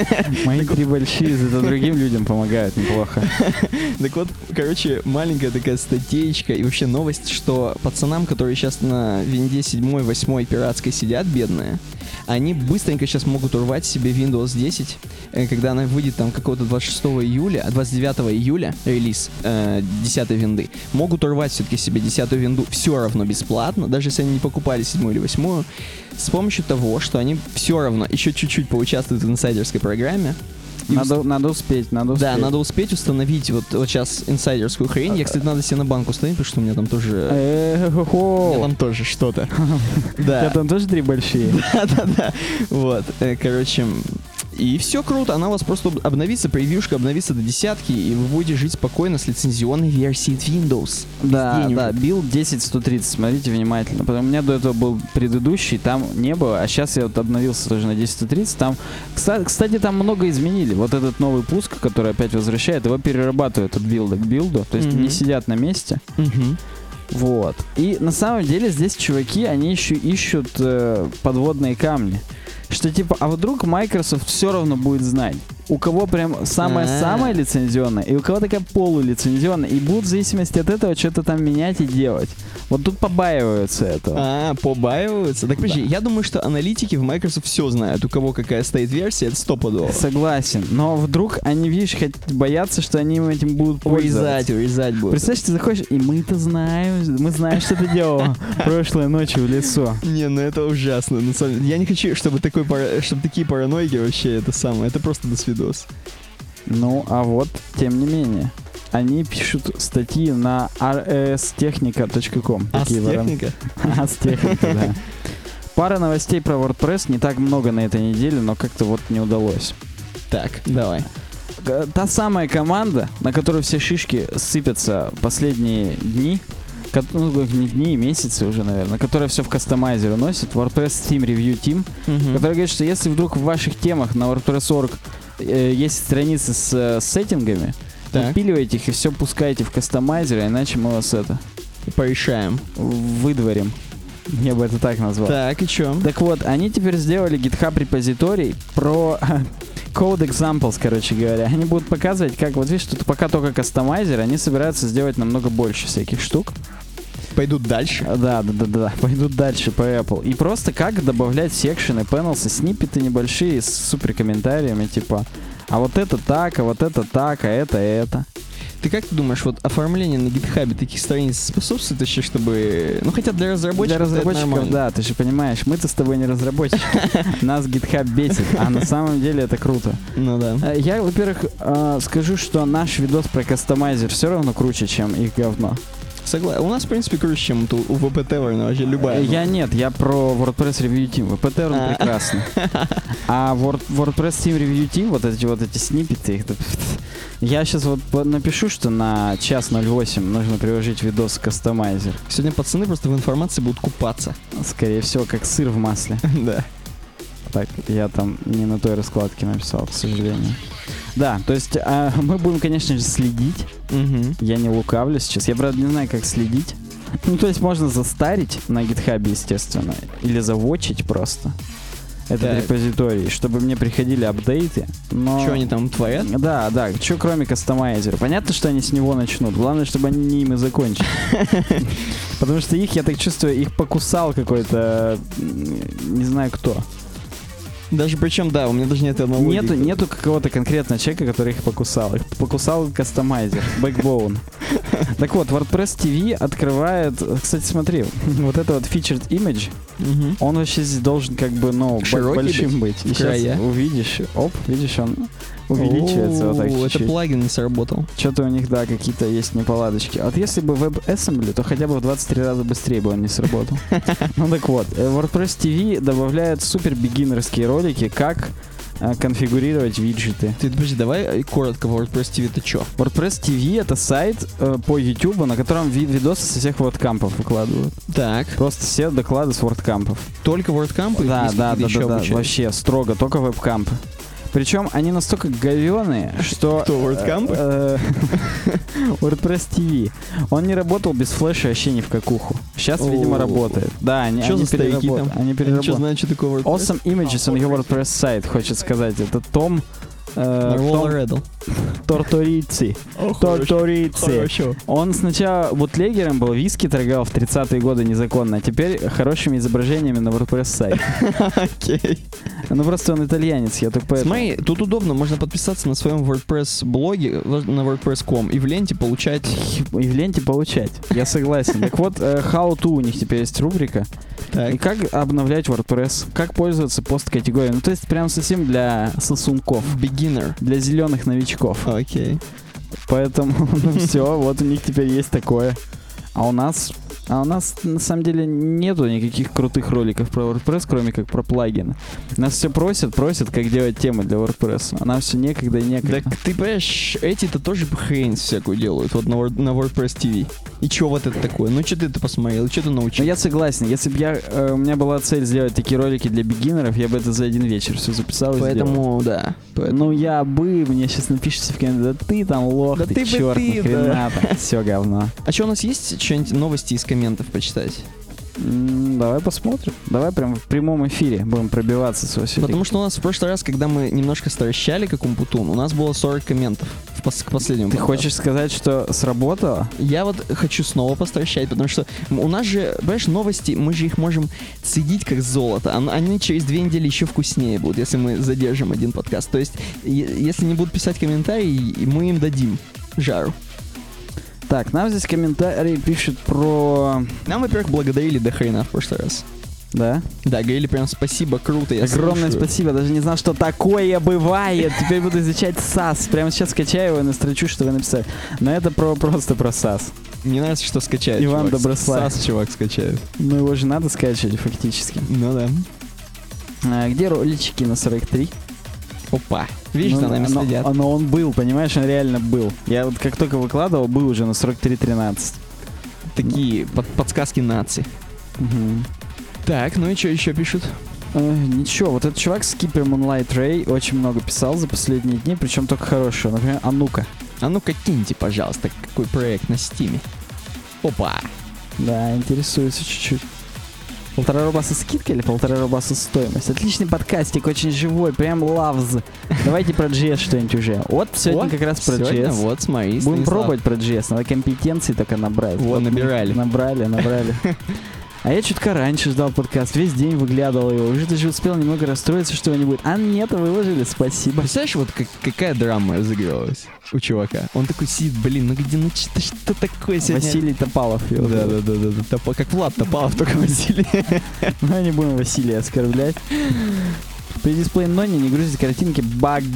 мои три большие, зато другим людям помогают неплохо. Так вот, короче, маленькая такая статейка и вообще новость, что пацанам, которые сейчас на винде седьмой, восьмой пиратской сидят, бедные, они быстренько сейчас могут урвать себе Windows десять, э, когда она выйдет там какого-то двадцать шестого июля, а двадцать девятого июля релиз э, десятой винды. Могут урвать все-таки себе десятую винду все равно бесплатно, даже если они не покупали седьмую или восьмую, с помощью того, что они все равно еще чуть-чуть поучаствуют в инсайдерской программе. И Надо, надо успеть, надо успеть. Да, надо успеть установить вот, вот сейчас инсайдерскую хрень. Я, кстати, надо себе на банк установить, потому что у меня там тоже... У меня Э-хо-хо. там тоже что-то. У тебя Да, там тоже три большие? да-да-да. Вот, э, короче... И все круто, она у вас просто обновится, превьюшка обновится до десятки, и вы будете жить спокойно с лицензионной версией Windows. Да, Везде да, уже. билд десять сто тридцать, смотрите внимательно. Потому что у меня до этого был предыдущий, там не было, а сейчас я вот обновился тоже на десять сто тридцать. Там, кстати, кстати, там много изменили. Вот этот новый пуск, который опять возвращает, его перерабатывают от билда к билду, то есть Мгм. не сидят на месте. Мгм. Вот. И на самом деле здесь чуваки, они еще ищут э, подводные камни. Что типа, а вдруг Microsoft все равно будет знать, у кого прям самая-самая А. лицензионная, и у кого такая полулицензионная, и будут в зависимости от этого что-то там менять и делать. Вот тут побаиваются этого. А, побаиваются? Так подожди, я думаю, что аналитики в Microsoft все знают, у кого какая стоит версия, это стопудово. Согласен, но вдруг они, видишь, хоть боятся, что они этим будут Урезать, пользоваться. урезать будут. Представляешь, ты заходишь, и мы-то знаем, мы знаем, что ты делал прошлой ночью в лесу. Не, ну это ужасно. На самом деле. Я не хочу, чтобы, такой пара- чтобы такие параноики вообще это самое. Это просто досвидос. Ну, а вот, тем не менее, они пишут статьи на ар эс техника точка ком. Такие ворон- Астехника? Астехника, да. Пара новостей про WordPress, не так много на этой неделе, но как-то вот не удалось. Так, давай. Г- Та самая команда, на которую все шишки сыпятся последние дни, ко- ну, как не дни, месяцы уже, наверное, которая все в кастомайзер носит, WordPress Theme Review Team, Мгм. который говорит, что если вдруг в ваших темах на WordPress точка орг э, есть страницы с э, сеттингами, Так. напиливайте их и все пускайте в кастомайзер, а иначе мы вас это Порешаем. выдворим. Я бы это так назвал. Так, и чё? Так вот, они теперь сделали GitHub репозиторий про Code Examples, короче говоря. Они будут показывать, как, вот видишь, тут пока только кастомайзер, они собираются сделать намного больше всяких штук. Пойдут дальше. А, Да, да, да, да, пойдут дальше по Apple. И просто как добавлять секшены, панелсы, сниппеты небольшие с супер комментариями, типа, а вот это так, а вот это так, а это это. Ты как ты думаешь, вот оформление на GitHub таких страниц способствует еще, чтобы... Ну, хотя для разработчиков Для это разработчиков, нормально. да, ты же понимаешь, мы-то с тобой не разработчики. Нас GitHub бесит, а на самом деле это круто. Ну да. Э, Я, во-первых, э, скажу, что наш видос про кастомайзер все равно круче, чем их говно. Согласен. У нас, в принципе, круче, чем у ви пи Tavern, вообще любая. Я нет, я про WordPress Review Team. ви пи Tavern А. прекрасно. А Word, WordPress Team Review Team, вот эти вот эти сниппеты, их, я сейчас вот напишу, что на час ноль восемь нужно приложить видос кастомайзер. Сегодня пацаны просто в информации будут купаться. Скорее всего, как сыр в масле. Да. Так, я там не на той раскладке написал, к сожалению. Да, то есть а, мы будем, конечно же, следить. Угу. Я не лукавлю сейчас. Я, правда, не знаю, как следить. Ну, то есть можно застарить на гитхабе, естественно, или завочить просто этот Так. репозиторий, чтобы мне приходили апдейты. Но... Что они там творят? Да, да, что кроме кастомайзера. Понятно, что они с него начнут. Главное, чтобы они не им и закончили. Потому что их, я так чувствую, их покусал какой-то, не знаю кто. Даже причем, да, у меня даже нет одного. Нету, нету какого-то конкретного человека, который их покусал. Их покусал кастомайзер, Backbone. Так вот, WordPress ти ви открывает... Кстати, смотри, вот это вот featured image, Угу. он вообще здесь должен как бы, ну, Широкий большим быть. И края. сейчас увидишь, оп, видишь, он увеличивается вот так Это чуть-чуть. плагин не сработал. Что-то у них, да, какие-то есть неполадочки. Вот если бы WebAssembly, то хотя бы в двадцать три раза быстрее бы он не сработал. Ну так вот, э, WordPress ти ви добавляет супер бигинерские ролики, как э, конфигурировать виджеты. Ты, подожди, давай коротко, WordPress ти ви это чё? WordPress ти ви — это сайт э, по YouTube, на котором ви- видосы со всех WordCamp'ов выкладывают. Так, Просто все доклады с WordCamp'ов. только WordCamp или Да, есть да, да, какие-то да, ещё да, обучают? вообще строго, только веб-кампы. Причем они настолько говёные, что... Кто, WordCamp? э, э, WordPress ти ви. Он не работал без флеша вообще ни в какуху. Сейчас, видимо, О. работает. Да, они, Чё они за старики переработ- там? Они Они что переработали. знают, что такое WordPress? Awesome images on your WordPress site, хочет сказать. Это Том... э, Нарвал Том Реддл. Торторици. Торторици. Он сначала бутлегером был, виски торговал в тридцатые годы незаконно, а теперь хорошими изображениями на WordPress сайт. Окей. Ну просто он итальянец, я так поэтому... Смотри, тут удобно, можно подписаться на своем WordPress блоге, на WordPress точка ком, и в ленте получать... И в ленте получать. Я согласен. Так вот, э, How to у них теперь есть рубрика. Так. И как обновлять WordPress, как пользоваться посткатегорией. Ну то есть прям совсем для сосунков, Beginner. для зеленых новичков. Окей. Поэтому, ну все, вот у них теперь есть такое. А у нас... А у нас, на самом деле, нету никаких крутых роликов про WordPress, кроме как про плагины. Нас все просят, просят, как делать темы для WordPress. А нам все некогда и некогда. Так ты понимаешь, эти-то тоже хрень всякую делают, вот на, Word- на WordPress ти ви. И чё вот это такое? Ну что ты это посмотрел, что ты Но научил? я согласен, если бы я, э, у меня была цель сделать такие ролики для бигинеров, я бы это за один вечер все записал и сделал. Поэтому, да. Поэтому. Ну я бы, мне сейчас напишите в комментариях, да ты там лох, Да ты, ты бы черт, ты, ни хрена там, все говно. А что, у нас есть что-нибудь новости из комментов почитать? М, Давай посмотрим. Давай прям в прямом эфире будем пробиваться с Василием. Потому что у нас в прошлый раз, когда мы немножко старощали, как Умпутун, у нас было сорок комментов в пос- к последнему Ты подкасту. хочешь сказать, что сработало? Я вот хочу снова постращать, потому что у нас же, понимаешь, новости, мы же их можем цедить как золото. а- Они через две недели еще вкуснее будут, если мы задержим один подкаст. То есть, е- если не будут писать комментарии, мы им дадим жару. Так, нам здесь комментарий пишет про... Нам, во-первых, благодарили до хрена в прошлый раз. Да? Да, говорили прям спасибо, круто, я Огромное слушаю. спасибо, даже не знал, что такое бывает. Теперь буду изучать сас. Прямо сейчас скачаю его и настрочу, что вы написали. Но это про, просто про сас. Мне нравится, что скачает. Иван чувак. Доброслав. Сас, чувак, скачает. Ну его же надо скачивать фактически. Ну да. А, где ролички на сорок три? Опа. Видишь, Ну, за нами но- следят. Но он был, понимаешь, он реально был. Я вот как только выкладывал, был уже на сорок три тринадцать. Такие под- подсказки нации. Мгм. Так, ну и что еще пишут? Э, ничего, вот этот чувак Skipper Moonlight Ray очень много писал за последние дни, причем только хорошего. Например, а ну-ка. А ну-ка киньте, пожалуйста, какой проект на стиме. Опа. Да, интересуется чуть-чуть. Полтора рубаса скидка или полтора рубаса стоимость? Отличный подкастик, очень живой, прям лавз. Давайте про джей эс что-нибудь уже. Вот сегодня Вот, как раз про сегодня джей эс. вот, смотри, Будем Станислав. пробовать про джей эс, надо компетенции только набрать. Вот, мы набирали. Набрали, набрали. А я чутка раньше ждал подкаст, весь день выглядывал его. Уже даже успел немного расстроиться, что его не будет. А нет, выложили, спасибо. Представляешь, вот как- какая драма разыгрывалась у чувака? Он такой сидит, блин, ну где, ну что, что такое сегодня? Василий Топалов. его Да, зовут. да, да, да, да. Топа- как Влад Топалов, только Василий. Ну, не будем Василия оскорблять. При дисплее Нони не грузит картинки,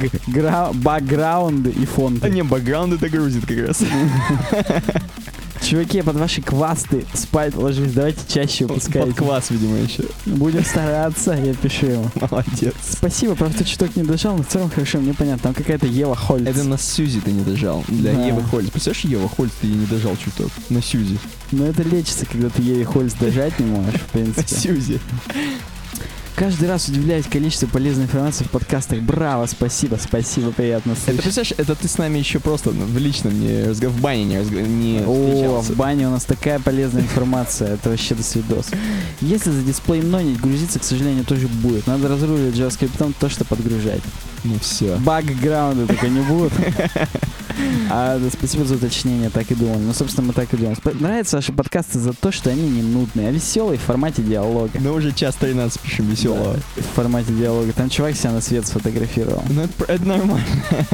бакгра... бакграунды и фонты. А не, бэкграунд это грузит как раз. Чуваки, под ваши квасты спать ложись. Давайте чаще выпускайте. Под квас, видимо, еще. Будем стараться, я пишу ему. Молодец. Спасибо, просто чуток не дожал, но в целом хорошо, мне понятно. Там какая-то Ева Хольц. Это на Сьюзи ты не дожал. Для Да. Евы Хольц. Представляешь, Ева Хольц ты не дожал чуток. На Сьюзи. Но это лечится, когда ты Еве Хольц дожать не можешь, в На принципе. Сьюзи. Каждый раз удивляюсь количеству полезной информации в подкастах. Браво, спасибо, спасибо, приятно Это, слышать. представляешь, это ты с нами еще просто ну, в личном, не, разго- в бане не, разго- не О, встречался. в бане у нас такая полезная информация. Это вообще до свидос. Если за дисплеем нонить, грузиться, к сожалению, тоже будет. Надо разруливать JavaScript, то, что подгружать. Ну все. Бэкграунды только не будут. А, да, спасибо за уточнение, так и думали. Ну, собственно, мы так и думаем. Сп- Нравятся ваши подкасты за то, что они не нудные, а веселые в формате диалога. Мы уже час тринадцать пишем веселого. Да, в формате диалога. Там чувак себя на свет сфотографировал. Ну это, это нормально.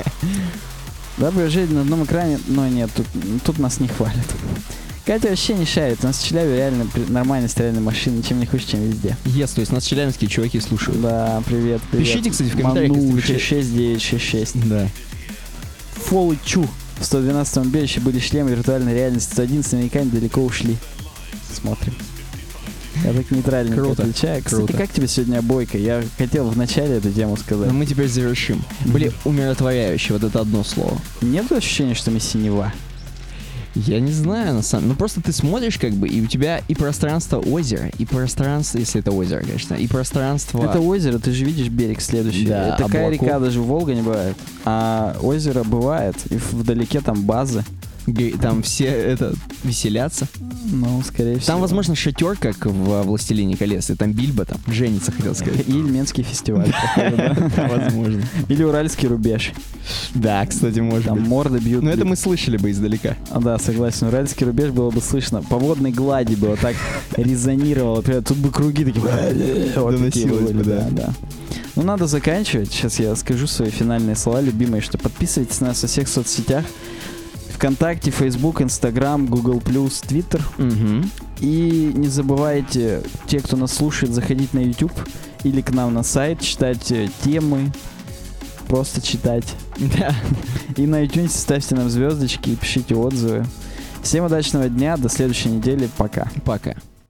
Да, приезжать на одном экране, но нет, тут, тут нас не хвалят. Катя вообще не шарит. У нас в Челябе реально при- нормальная стиральная машина, чем не хуже, чем везде. Yes, то есть нас челябинские чуваки слушают. Да, привет, привет. Пишите, кстати, в комментариях, если Ману вы шесть шесть девять шесть шесть. Да. Фолычу. В сто двенадцатом убежище были шлемы виртуальной реальности. сто одиннадцать американцы далеко ушли. Смотрим. Я так нейтрально Круто, отвечаю. Кстати, круто. как тебе сегодня обойка? Я хотел вначале эту тему сказать. Но мы теперь завершим. Были умиротворяющие, вот это одно слово. Нет ощущения, что мы синева? Я не знаю, на самом деле. Ну просто ты смотришь, как бы, и у тебя и пространство озера, и пространство, если это озеро, конечно, и пространство... Это озеро, ты же видишь берег следующий. Да, Такая облаков. река даже Волга не бывает. А озеро бывает, и вдалеке там базы. ге- Там все это веселятся. Ну, скорее всего. Там, возможно, шатер, как в «Властелине колец», и там Бильбо там женится, хотел сказать. И Ильменский фестиваль. походу, да. Возможно. Или Уральский рубеж. Да, кстати, может Там быть. морды бьют. Но это бьют. мы слышали бы издалека. А, да, согласен. Уральский рубеж было бы слышно. По водной глади было так резонировало. Прям тут бы круги такие... Вот такие Доносилось были, бы, да. да. Ну, надо заканчивать. Сейчас я скажу свои финальные слова, любимые, что подписывайтесь на нас во всех соцсетях. ВКонтакте, Facebook, Instagram, Google+, Twitter. Угу. И не забывайте, те, кто нас слушает, заходить на YouTube или к нам на сайт, читать э, темы, просто читать. Да. И на iTunes ставьте нам звездочки и пишите отзывы. Всем удачного дня, до следующей недели, пока. Пока.